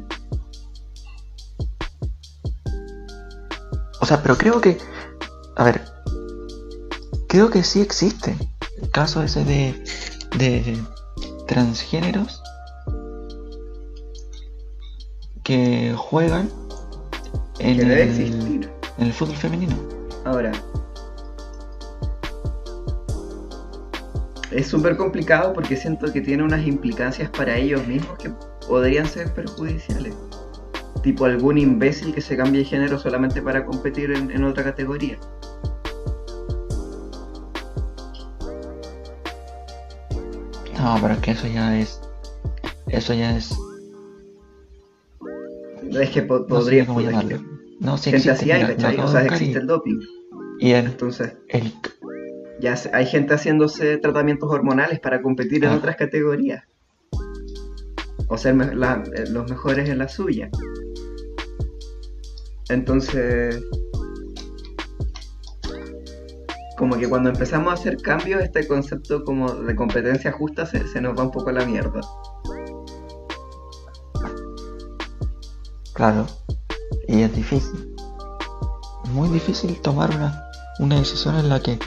O sea, pero creo que, a ver, creo que sí existe el caso ese de, de transgéneros que juegan en Que debe el, existir. en el fútbol femenino. Ahora, es súper complicado porque siento que tiene unas implicancias para ellos mismos que podrían ser perjudiciales. Tipo algún imbécil que se cambie de género solamente para competir en, en otra categoría. No, pero es que eso ya es, eso ya es, Es que po- no sé podría. cómo es llamarlo. que No, sí gente existe, así hay, mira, lo ¿cachai? O acabo de sea, buscar existe y, el doping. y el, Entonces, el, ya se- hay gente haciéndose tratamientos hormonales para competir en claro, otras categorías. O ser me- la- eh, los mejores en la suya. Entonces, como que cuando empezamos a hacer cambios, este concepto como de competencia justa se, se nos va un poco a la mierda. claro, y es difícil, es muy difícil tomar una, una decisión en la que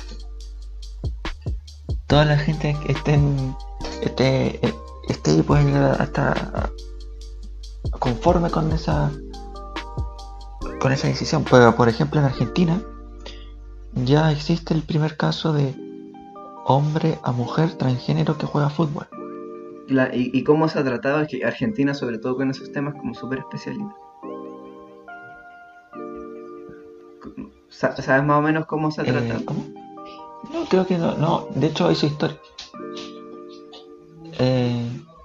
toda la gente esté en, esté, eh, esté y pueda llegar hasta conforme con esa con esa decisión. Pero por ejemplo en Argentina ya existe el primer caso de hombre a mujer transgénero que juega fútbol. Y, la- y- y cómo se ha tratado, es que Argentina, sobre todo con esos temas, como súper especialista. Sa- ¿Sabes más o menos cómo se ha Eh, tratado? ¿cómo? No, creo que no, no, de hecho hizo historia. Eh,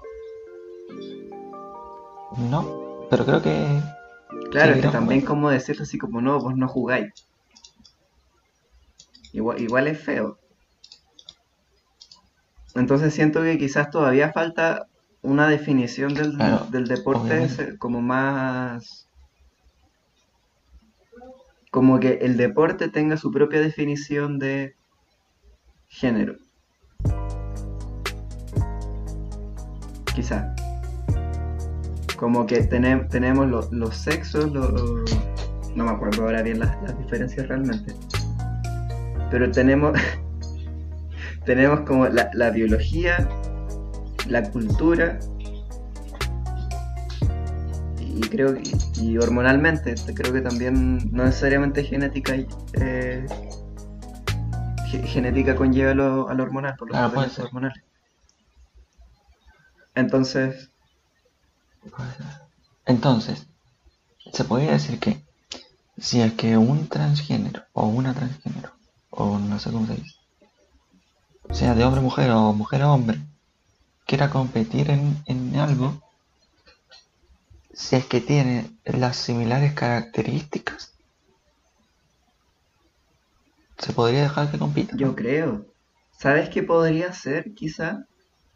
no, pero creo que Claro, es que seguirán también jugando. como decirle así como, no, vos no jugáis. Igual, igual es feo. Entonces siento que quizás todavía falta una definición del, Claro, del deporte obviamente. ese, como más... Como que el deporte tenga su propia definición de género. Quizás. Como que tenem- tenemos lo- los sexos, lo- no me acuerdo ahora bien las, las diferencias realmente. Pero tenemos, tenemos como la, la biología, la cultura y creo que y hormonalmente, creo que también no necesariamente genética eh, ge- genética conlleva lo, a lo hormonal por los Claro, puede tratamientos ser. hormonales. Entonces, Puede ser. Entonces, se podría decir que si es que un transgénero o una transgénero, o no sé cómo se dice, sea de hombre a mujer o mujer a hombre, quiera competir en, en algo, si es que tiene las similares características, se podría dejar que compita, yo ¿no? creo, ¿sabes qué podría ser quizá?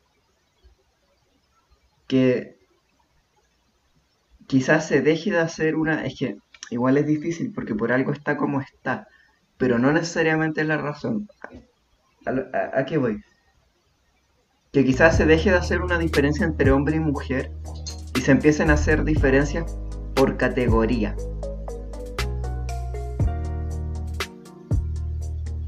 Que quizás se deje de hacer una... Es que igual es difícil porque por algo está como está, pero no necesariamente es la razón. ¿A, a- a qué voy? Que quizás se deje de hacer una diferencia entre hombre y mujer y se empiecen a hacer diferencias por categoría.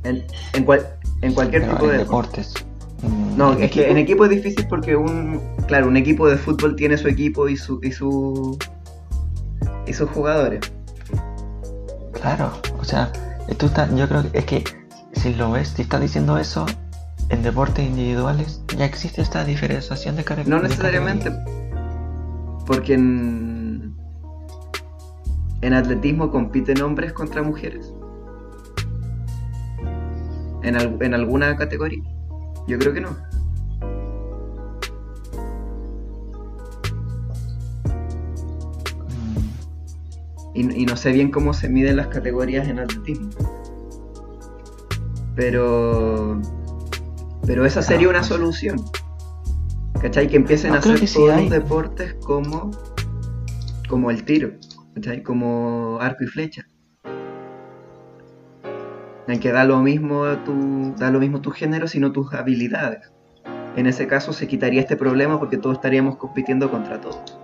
En, en, cual, en cualquier Pero tipo en de deporte. deportes. mm, No, ¿En es que equipo? en equipo es difícil porque un, claro, un equipo de fútbol tiene su equipo y su y su y sus jugadores. Claro, o sea, tú estás, yo creo que es que si lo ves, si estás diciendo eso, en deportes individuales ya existe esta diferenciación de, care- No de necesariamente, categorías. porque en, en atletismo compiten hombres contra mujeres. En, al- en alguna categoría. Yo creo que no. Mm, Y, y no sé bien cómo se miden las categorías en atletismo. Pero pero esa sería claro, una pues. solución. ¿Cachai? Que empiecen a No, creo hacer que sí todos los hay. deportes como, como el tiro. ¿Cachai? Como arco y flecha. En que da lo mismo tu, da lo mismo tu género, sino tus habilidades. En ese caso se quitaría este problema porque todos estaríamos compitiendo contra todos.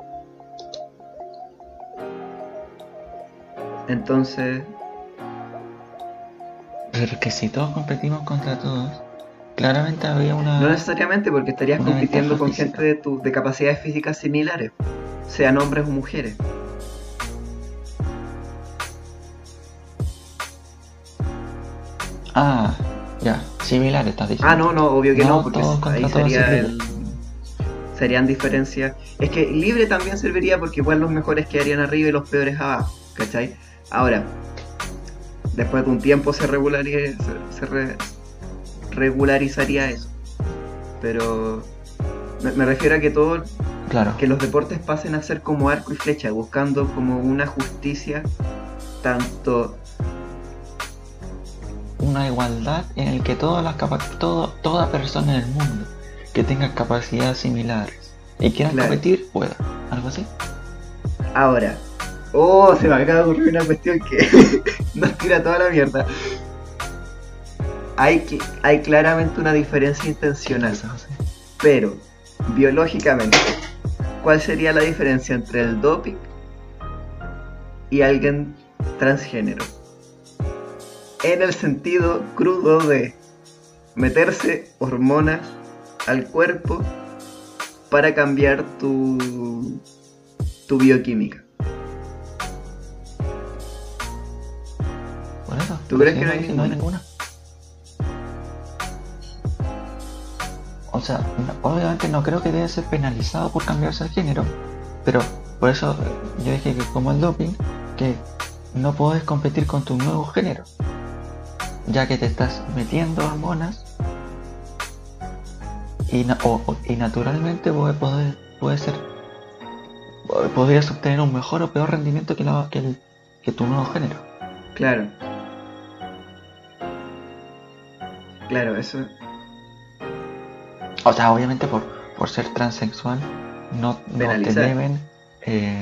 Entonces, Pero que si todos competimos contra todos, claramente había no una, necesariamente porque estarías una compitiendo ventaja con gente física. de, tu, de capacidades físicas similares, sean hombres o mujeres. Ah, ya, similar estás Ah, diciendo. no, no, obvio que no, No porque todos ahí contra todos es sería libre. el, serían diferencias. Es que libre también serviría porque igual los mejores quedarían arriba y los peores abajo, ¿cachai? Ahora, después de un tiempo se regularía, se, se re- regularizaría eso. Pero me, me refiero a que todo, Claro, que los deportes pasen a ser como arco y flecha, buscando como una justicia tanto. una igualdad en el que todas las capa- todo, toda persona en el mundo que tenga capacidades similares y quieran Claro. competir pueda. Algo así. Ahora, oh, se me acaba de ocurrir una cuestión que nos tira toda la mierda. Hay, que, hay claramente una diferencia ¿Qué intencional, pasa, José? pero biológicamente, ¿cuál sería la diferencia entre el doping y alguien transgénero? En el sentido crudo de meterse hormonas al cuerpo para cambiar tu, tu bioquímica. Por eso. ¿Tú Pues crees si que no eso hay dije, no hay ninguna? ninguna. O sea, no- obviamente no creo que debe ser penalizado por cambiarse el género, pero por eso eh, yo dije que como el doping, que no puedes competir con tu nuevo género, ya que te estás metiendo hormonas y, na- o- o- y naturalmente puede, poder- puede ser, podrías obtener un mejor o peor rendimiento que, la- que, el- que tu nuevo género. Claro, claro, eso. O sea, obviamente por, por ser transexual no, no te Penalizar. deben, eh,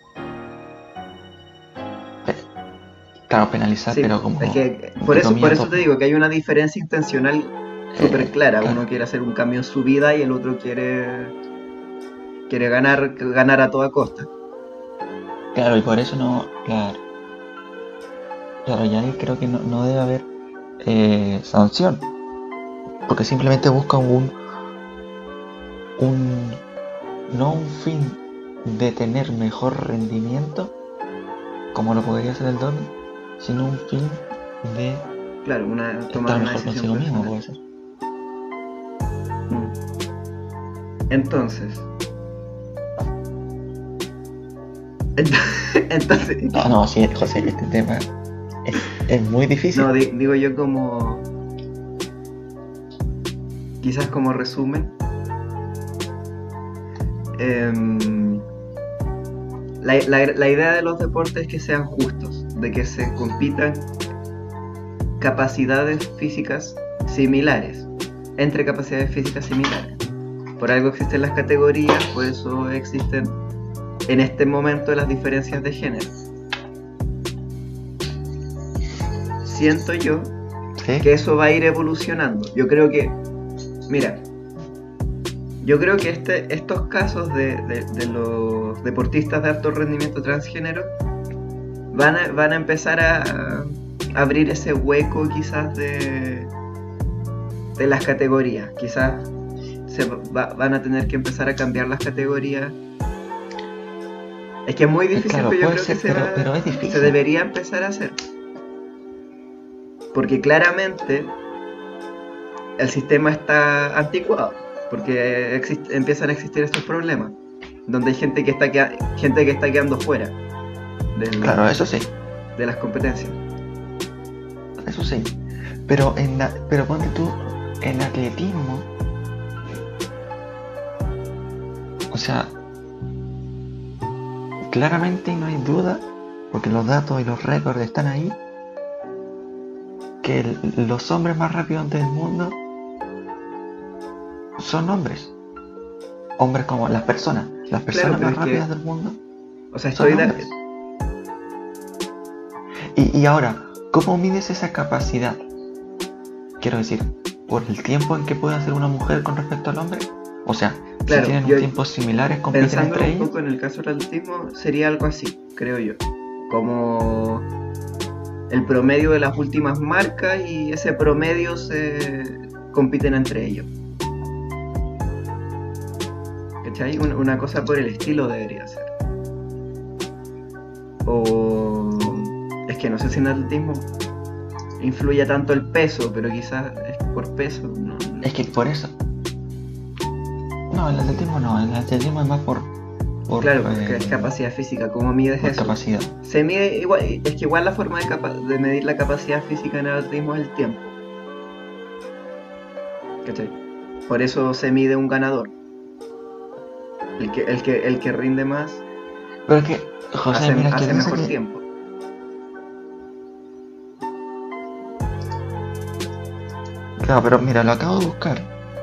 pe- claro, penalizar, Sí, pero es como, que por entre eso, por comillas, eso te doping. digo que hay una diferencia intencional súper Eh, clara. claro, Uno quiere hacer un cambio en su vida y el otro quiere, quiere ganar, ganar a toda costa. claro, y por eso no, claro, claro, y ahí creo que no, no debe haber eh, sanción, porque simplemente busca un, un, no un fin de tener mejor rendimiento, como lo podría ser el doping, sino un fin de Claro, una, tomar estar una mejor decisión consigo mismo, personal. puede ser. Mm. Entonces, entonces, No, no, sí, José, este tema es, es muy difícil. no, di- digo yo como, quizás como resumen, em, la, la- la idea de los deportes es que sean justos, de que se compitan capacidades físicas similares, entre capacidades físicas similares. Por algo existen las categorías, por eso existen en este momento las diferencias de género. Siento yo ¿Sí? que eso va a ir evolucionando. Yo creo que, mira, yo creo que este, estos casos de, de, de los deportistas de alto rendimiento transgénero van a, van a empezar a, abrir ese hueco quizás de, de las categorías. Quizás se va, van a tener que empezar a cambiar las categorías. Es que es muy difícil, Claro, pero yo puede creo ser, que se, pero, va- pero es se difícil. debería empezar a hacer. Porque claramente el sistema está anticuado. Porque exist- empiezan a existir estos problemas. Donde hay gente que está, queda- gente que está quedando fuera del- Claro, eso sí, de las competencias. eso sí. Pero en la- pero ponte tú, en atletismo, o sea, claramente no hay duda, porque los datos y los récords están ahí, que el- los hombres más rápidos del mundo son hombres. Hombres como las personas. Las personas pero más es que- rápidas del mundo O sea, son estoy de- hombres. Y, y ahora, ¿cómo mides esa capacidad? Quiero decir, ¿por el tiempo en que puede hacer una mujer con respecto al hombre? O sea, Claro, si tienen yo- tiempos similares, compiten Pensándolo entre un ellos. poco en el caso del atletismo, sería algo así, creo yo. Como el promedio de las últimas marcas y ese promedio se compiten entre ellos. ¿Cachai? Una, una cosa por el estilo debería ser. O es que no sé si en atletismo influye tanto el peso, pero quizás es por peso. No, Es que por eso. No, el atletismo no, el atletismo es más por. por claro, porque eh, es capacidad física. ¿Cómo mides por eso? capacidad. Se mide igual, es que igual la forma de, capa- de medir la capacidad física en el atletismo es el tiempo. ¿Cachai? Por eso se mide un ganador. El que, el que, el que rinde más Pero es que, José, hace, mira, que hace dice mejor que- tiempo. Claro, pero mira, lo acabo de buscar.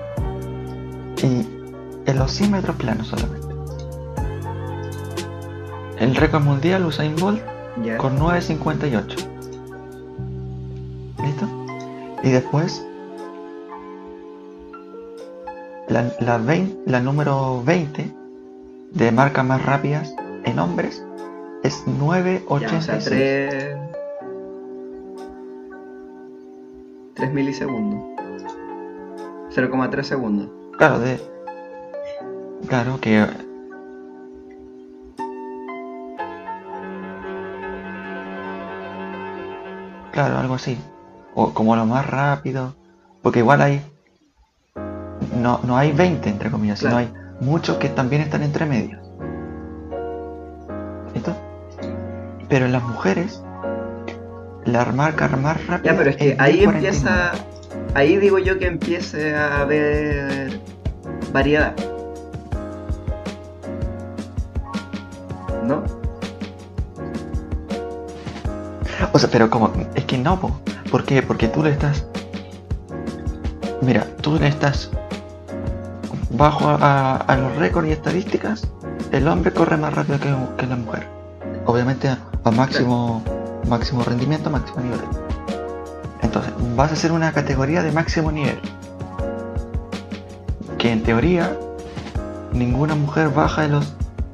Y en los cien metros planos solamente. El récord mundial Usain Bolt ¿Ya? con nueve cincuenta y ocho. ¿Listo? Y después la, la, veinte, la número veinte de marcas más rápidas en hombres es nueve Ya, o ochenta sea, y seis. tres tres milisegundos. cero coma tres segundos. Claro, de. Claro que. Claro, algo así. O como lo más rápido. Porque igual hay. No, no hay veinte entre comillas, Claro. sino hay muchos que también están entre medios. ¿Listo? Pero en las mujeres, la marca más rápida. Ya, pero es que es ahí diez cuarenta y nueve. empieza. Ahí digo yo que empiece a haber variedad. ¿No? O sea, pero como, es que no, po. ¿Por qué? Porque tú le estás. Mira, tú le estás. Bajo a, a los récords y estadísticas, el hombre corre más rápido que, que la mujer. Obviamente a, a máximo, máximo rendimiento, máximo nivel. Entonces, vas a hacer una categoría de máximo nivel. Que en teoría, ninguna mujer baja de los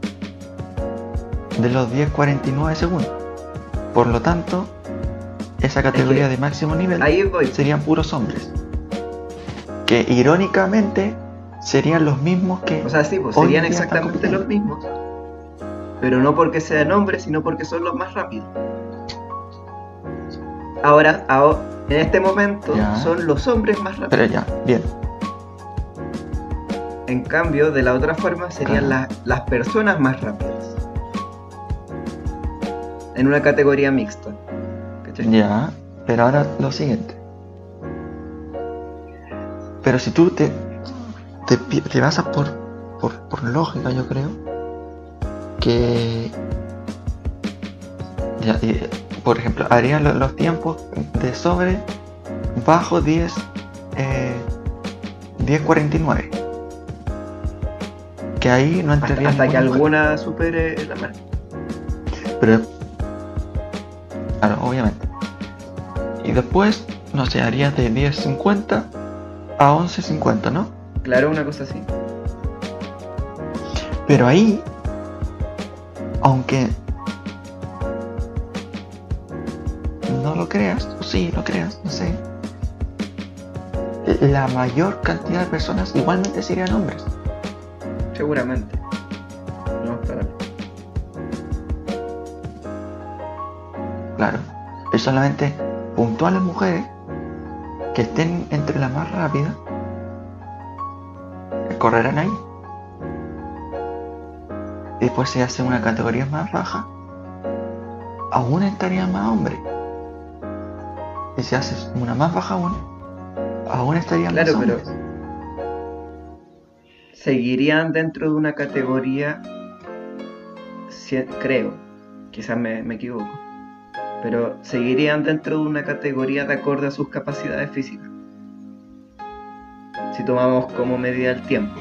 de los diez cuarenta y nueve segundos. Por lo tanto, esa categoría que de máximo nivel Ahí voy. serían puros hombres. Que irónicamente serían los mismos que O sea, sí, pues hoy serían en día están exactamente compitiendo. los mismos. Pero no porque sean hombres, sino porque son los más rápidos. Ahora, ahora en este momento, Ya. son los hombres más rápidos. Pero ya, bien. En cambio, de la otra forma, serían Claro. las, las personas más rápidas. En una categoría mixta. ¿Cachai? Ya, pero ahora lo siguiente. Pero si tú te, te, pi- te basas por, por, por lógica, yo creo, que, ya, y, por ejemplo, harían lo- los tiempos de sobre bajo diez, eh, diez cuarenta y nueve. Que ahí no Hasta, entraría hasta que ninguna mujer. alguna supere la marca. Pero, claro, obviamente. Y después, no sé, haría de diez cincuenta a once cincuenta, ¿no? Claro, una cosa así. Pero ahí, aunque no lo creas, o sí lo creas, no sé, la mayor cantidad de personas igualmente serían hombres. Seguramente. No, para. Claro, es solamente puntuales mujeres que estén entre las más rápidas correrán ahí. Después se hace una categoría más baja, aún estarían más hombres. Y si haces una más baja aún, aún estarían Claro, más pero hombres. seguirían dentro de una categoría, si- creo, quizás me, me equivoco, pero seguirían dentro de una categoría de acorde a sus capacidades físicas. Si tomamos como medida el tiempo.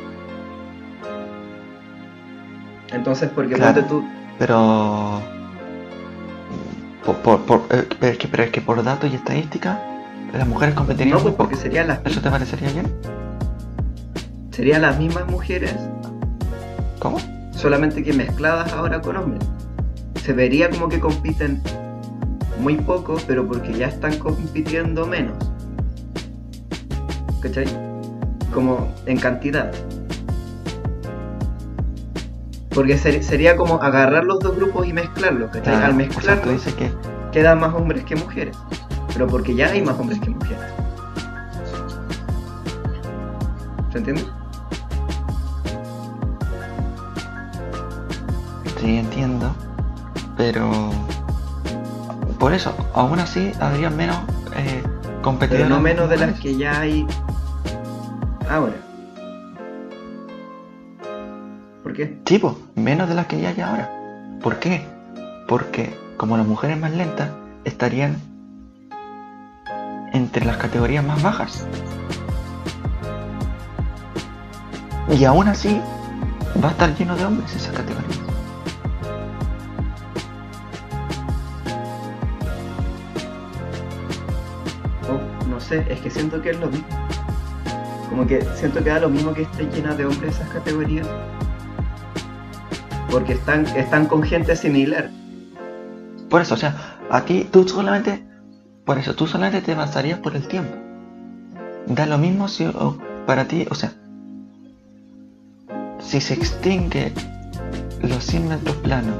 Entonces, porque Claro, ponte tú, pero por, por, por- eh, pero, es que, pero es que por datos y estadística las mujeres competirían no, muy pues porque poco. serían las, ¿Eso te parecería bien? serían las mismas mujeres, ¿Cómo? solamente que mezcladas ahora con hombres. Se vería como que compiten muy poco, pero porque ya están compitiendo menos. ¿Cachai? Como en cantidad. Porque ser- sería como agarrar los dos grupos y mezclarlos, ¿cachai? Claro, Al o sea, tú mezclarlos dices que quedan más hombres que mujeres. Pero porque ya hay más hombres que mujeres. ¿Se entiende? sí entiendo, pero por eso, aún así habría menos eh, Pero competidoras no menos de las mujeres. que ya hay ahora. ¿Por qué? Tipo, menos de las que ya hay ahora. ¿Por qué? Porque como las mujeres más lentas estarían entre las categorías más bajas. Y aún así va a estar lleno de hombres esas categorías. Oh, no sé, es que siento que es lo mismo. Como que siento que da lo mismo que esté llena de hombres esas categorías. Porque están, están con gente similar. Por eso, o sea, aquí tú solamente, por eso tú solamente te basarías por el tiempo. Da lo mismo si o, para ti, o sea, si se extingue los cien metros planos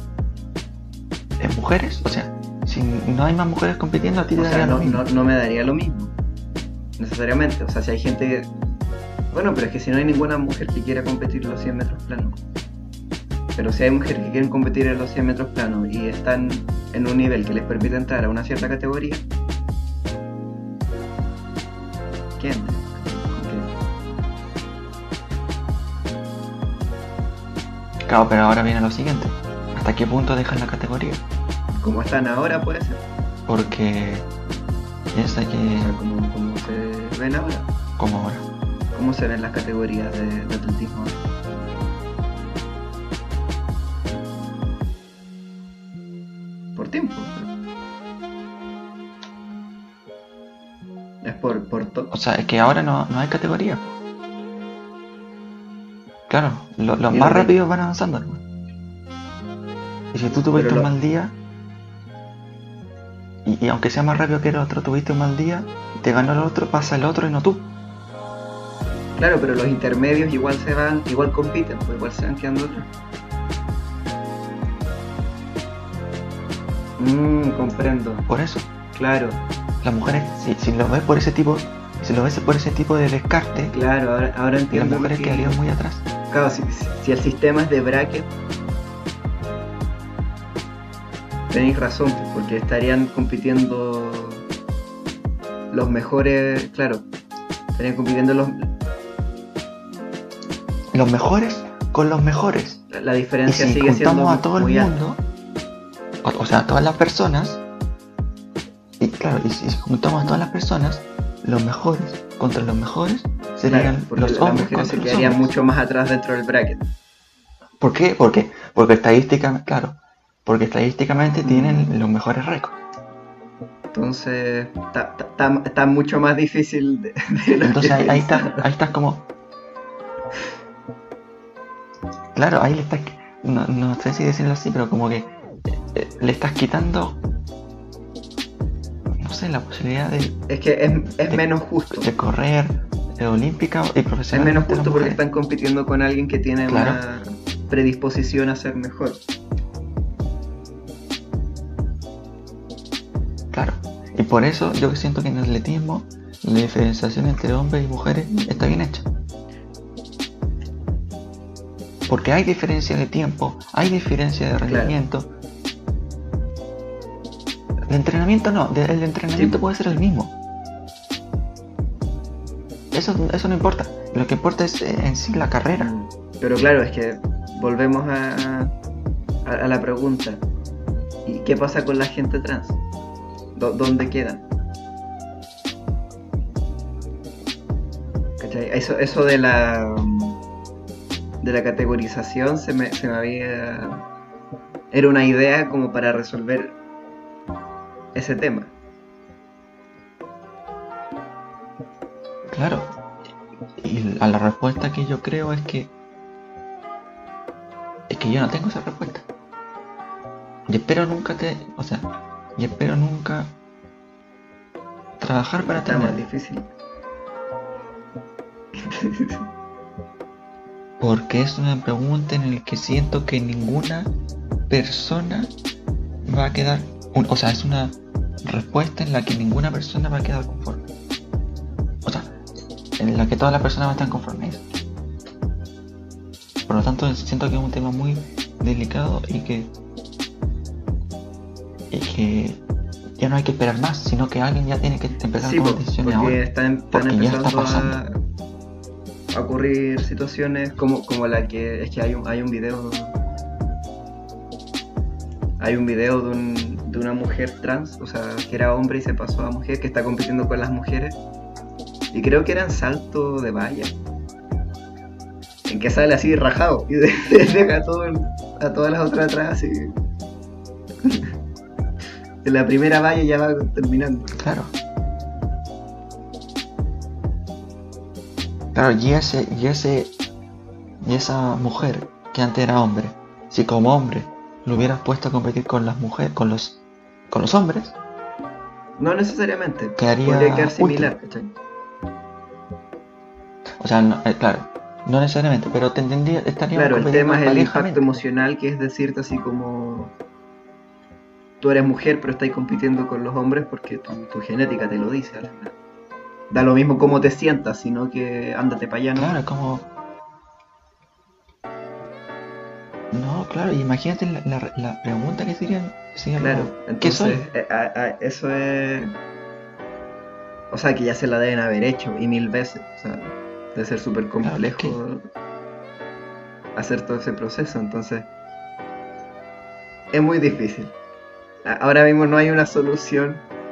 en mujeres, o sea, si no hay más mujeres compitiendo, a ti te O sea, daría lo no, mismo. no, no me daría lo mismo. Necesariamente. O sea, si hay gente que... Bueno, pero es que si no hay ninguna mujer que quiera competir en los cien metros planos. Pero si hay mujeres que quieren competir en los cien metros planos y están en un nivel que les permite entrar a una cierta categoría, ¿quién? Claro, pero ahora viene lo siguiente. ¿Hasta qué punto dejan la categoría? Como están ahora, puede ser. Porque piensa O sea, que, como, como se ven ahora. como ahora, ¿Cómo se ven las categorías de, de atletismo ahora? Por tiempo. Es por, por todo. o sea, es que ahora no, no hay categoría. Claro, lo- los Y más lo que- rápidos van avanzando, ¿no? Y si tú tuviste Pero un lo- mal día, y, y aunque sea más rápido que el otro, tuviste un mal día, te ganó el otro, pasa el otro y no tú. Claro, pero los intermedios igual se van, igual compiten, pues igual se van quedando atrás. Mmm, comprendo. Por eso, Claro, las mujeres, si, si lo ves por ese tipo, si lo ves por ese tipo de descarte, claro, ahora, ahora las entiendo lo mujeres que... quedarían muy atrás. Claro, si, si- si el sistema es de bracket, tenéis razón, pues, porque estarían compitiendo los mejores, claro, estarían compitiendo los... Los mejores con los mejores. La, la Y diferencia si sigue siendo juntamos a todo el muy alta. mundo, o, o sea, a todas las personas, y claro, y si juntamos a todas las personas, los mejores contra los mejores serían Claro, porque los las hombres mujeres contra se los quedarían hombres. mucho más atrás dentro del bracket. ¿Por qué? Porque, porque estadísticamente, claro, porque estadísticamente tienen los mejores récords. Entonces, está, está- está- está mucho más difícil de, de lo Entonces que ahí, ahí pensaba. estás, ahí estás como, claro, ahí le estás, no, no sé si decirlo así, pero como que eh, le estás quitando no sé, la posibilidad de, Es que es, es de, menos justo. de correr de olímpica y Es profesionalmente menos las justo porque mujeres. están compitiendo con alguien que tiene Claro. una predisposición a ser mejor. Claro. Y por eso yo siento que en el atletismo la diferenciación entre hombres y mujeres está bien hecha. Porque hay diferencia de tiempo, hay diferencia de rendimiento. Claro. De entrenamiento no, de, el entrenamiento sí. puede ser el mismo. Eso, eso no importa. Lo que importa es eh, en sí la carrera. Pero claro, es que volvemos a, a, a la pregunta. ¿Y qué pasa con la gente trans? ¿Dó, ¿Dónde quedan? ¿Cachai? Eso, eso de la de la categorización se me, se me había... Era una idea como para resolver ese tema. Claro. Y a la respuesta que yo creo es que es que yo no tengo esa respuesta. Y espero nunca te, o sea, y espero nunca trabajar para Está tener. más difícil. Porque es una pregunta en la que siento que ninguna persona va a quedar, un, o sea, es una respuesta en la que ninguna persona va a quedar conforme. O sea, en la que todas las personas van a estar conformes. Por lo tanto, siento que es un tema muy delicado y que y que ya no hay que esperar más, sino que alguien ya tiene que empezar sí, a tomar decisiones porque ahora. Están, están porque ya está empezando pasando. A, a ocurrir situaciones como, como la que es que hay un, hay un video hay un video de, un, de una mujer trans, o sea, que era hombre y se pasó a mujer, que está compitiendo con las mujeres, y creo que eran salto de valla, en que sale así rajado y deja a, todo el, a todas las otras atrás así. En la primera valla ya va terminando. Claro. Claro, y ese, y ese, y esa mujer que antes era hombre, si como hombre lo hubieras puesto a competir con las mujeres, con los, con los hombres, no necesariamente. Quedaría podría quedar similar, ¿cachai? O sea, no, eh, claro, no necesariamente, pero te entendía, estaríamos claro, el compitiendo tema es el impacto parejamente. emocional, que es decirte así como tú eres mujer pero estás compitiendo con los hombres porque tu, tu genética te lo dice al final. Da lo mismo cómo te sientas, sino que ándate para allá, ¿no? Claro, como... No, claro, imagínate la, la, la pregunta que sería... sería claro, como, entonces ¿qué soy? Eh, a, a, eso es... O sea, que ya se la deben haber hecho, y mil veces. O sea, debe ser súper complejo claro, hacer todo ese proceso, entonces... Es muy difícil. Ahora mismo no hay una solución.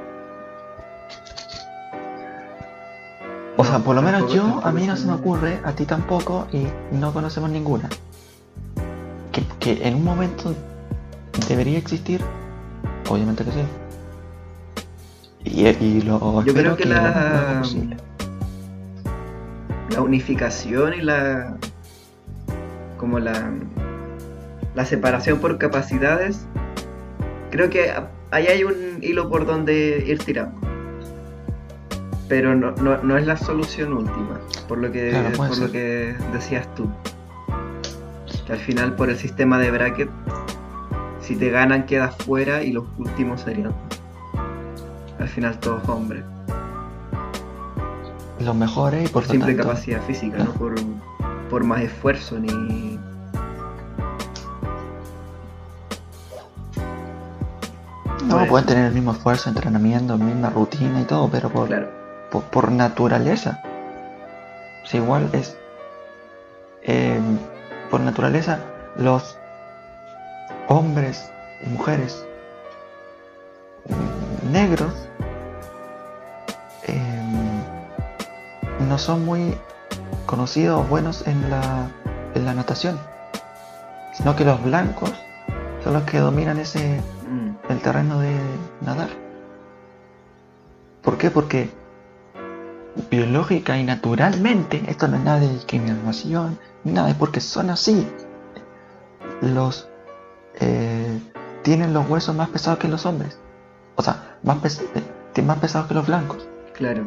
O no, sea, por lo menos yo, a mí no se me ocurre, a ti tampoco, y no conocemos ninguna. Que, que en un momento debería existir, obviamente que sí. Y, y lo yo creo que, que la, lo la unificación y la como la la separación por capacidades, creo que ahí hay un hilo por donde ir tirando. Pero no, no, no es la solución última, por lo que claro, por lo que decías tú. Que al final por el sistema de bracket, si te ganan quedas fuera y los últimos serían al final todos hombres. Los mejores y por, por simple tanto, capacidad física, ¿no? no por, por más esfuerzo ni... No, pues pueden tener el mismo esfuerzo, entrenamiento, misma rutina y todo, pero por, claro. por, por naturaleza. O sea, igual es... Eh, por naturaleza, los hombres y mujeres negros eh, no son muy conocidos o buenos en la, en la natación, sino que los blancos son los que dominan ese mm. el terreno de nadar. ¿Por qué? Porque biológica y naturalmente, esto no es nada de discriminación, nada, es porque son así. Los eh, tienen los huesos más pesados que los hombres. O sea, más pes- más pesados que los blancos. Claro.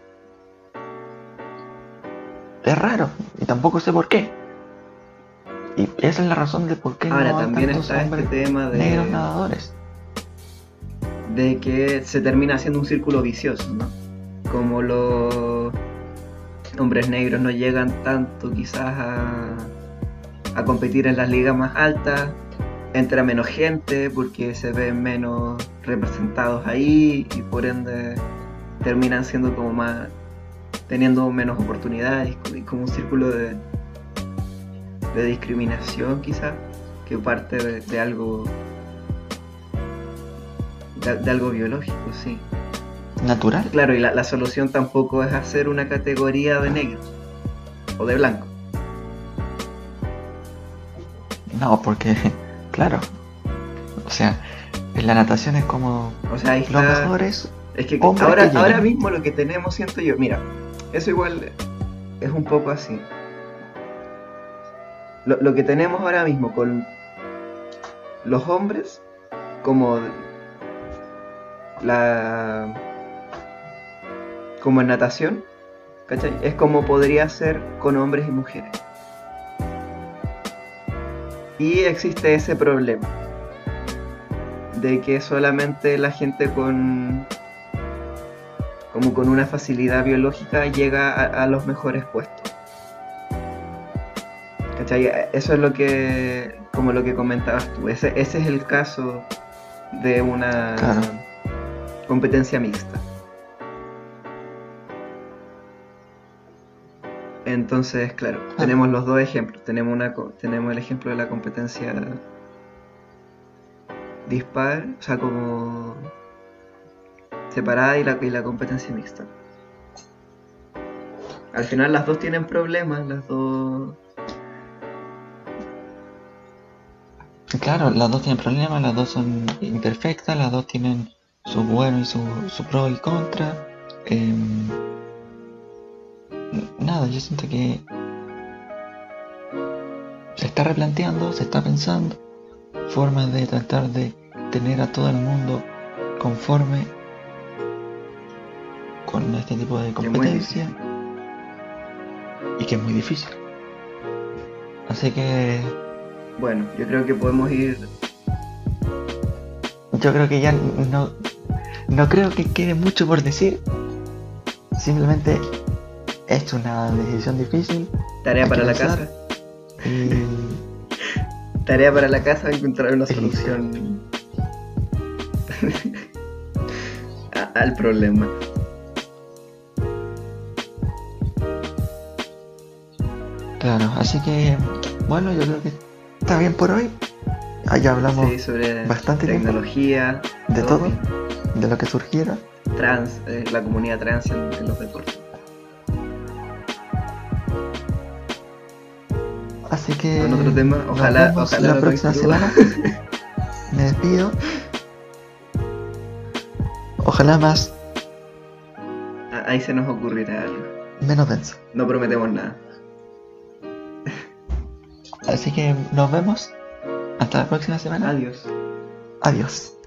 Es raro, y tampoco sé por qué. Y esa es la razón de por qué Ahora no hay también tantos está hombres este tema negros de, nadadores. de que se termina haciendo un círculo vicioso, ¿no? Como los hombres negros no llegan tanto quizás a, a competir en las ligas más altas, entra menos gente porque se ven menos representados ahí y por ende terminan siendo como más, teniendo menos oportunidades y como un círculo de, de discriminación quizás que parte de, de algo de, de algo biológico, sí. Natural. Claro, y la, la solución tampoco es hacer una categoría de negros o de blancos. No, porque, claro, o sea, en la natación es como O sea, ahí los está. mejores. Es que hombres ahora, que llegan. ahora mismo lo que tenemos, siento yo, mira, eso igual es un poco así. Lo, lo que tenemos ahora mismo con los hombres, como la como en natación, ¿cachai? Es como podría ser con hombres y mujeres. Y existe ese problema de que solamente la gente con como con una facilidad biológica llega a, a los mejores puestos. ¿Cachai? Eso es lo que, como lo que comentabas tú. Ese, ese es el caso de una Claro. competencia mixta. Entonces, claro, Ah. tenemos los dos ejemplos. Tenemos, una, co- tenemos el ejemplo de la competencia dispar, o sea, como separada y la, y la competencia mixta. Al final las dos tienen problemas, las dos... Claro, las dos tienen problemas, las dos son imperfectas, las dos tienen su bueno y su, su pro y contra. Em, nada, yo siento que se está replanteando, se está pensando formas de tratar de tener a todo el mundo conforme con este tipo de muy competencia y que es muy difícil. Así que Bueno, yo creo que podemos ir... yo creo que ya no, no creo que quede mucho por decir. Simplemente es una decisión difícil. Tarea Hay para que la pensar. casa. Y Tarea para la casa, encontrar una Sí. solución a- al problema. claro, así que bueno, yo creo que está bien por hoy. Allá hablamos Sí, sobre bastante tiempo. tecnología, De todo. doping, de lo que surgiera. trans, eh, la comunidad trans en, en los deportes. Así que Con otro tema, nos ojalá, vemos ojalá la no próxima coincida. semana. Me despido. Ojalá más Ah, ahí se nos ocurrirá algo. menos denso. No prometemos nada. Así que nos vemos hasta la próxima semana. Adiós. Adiós.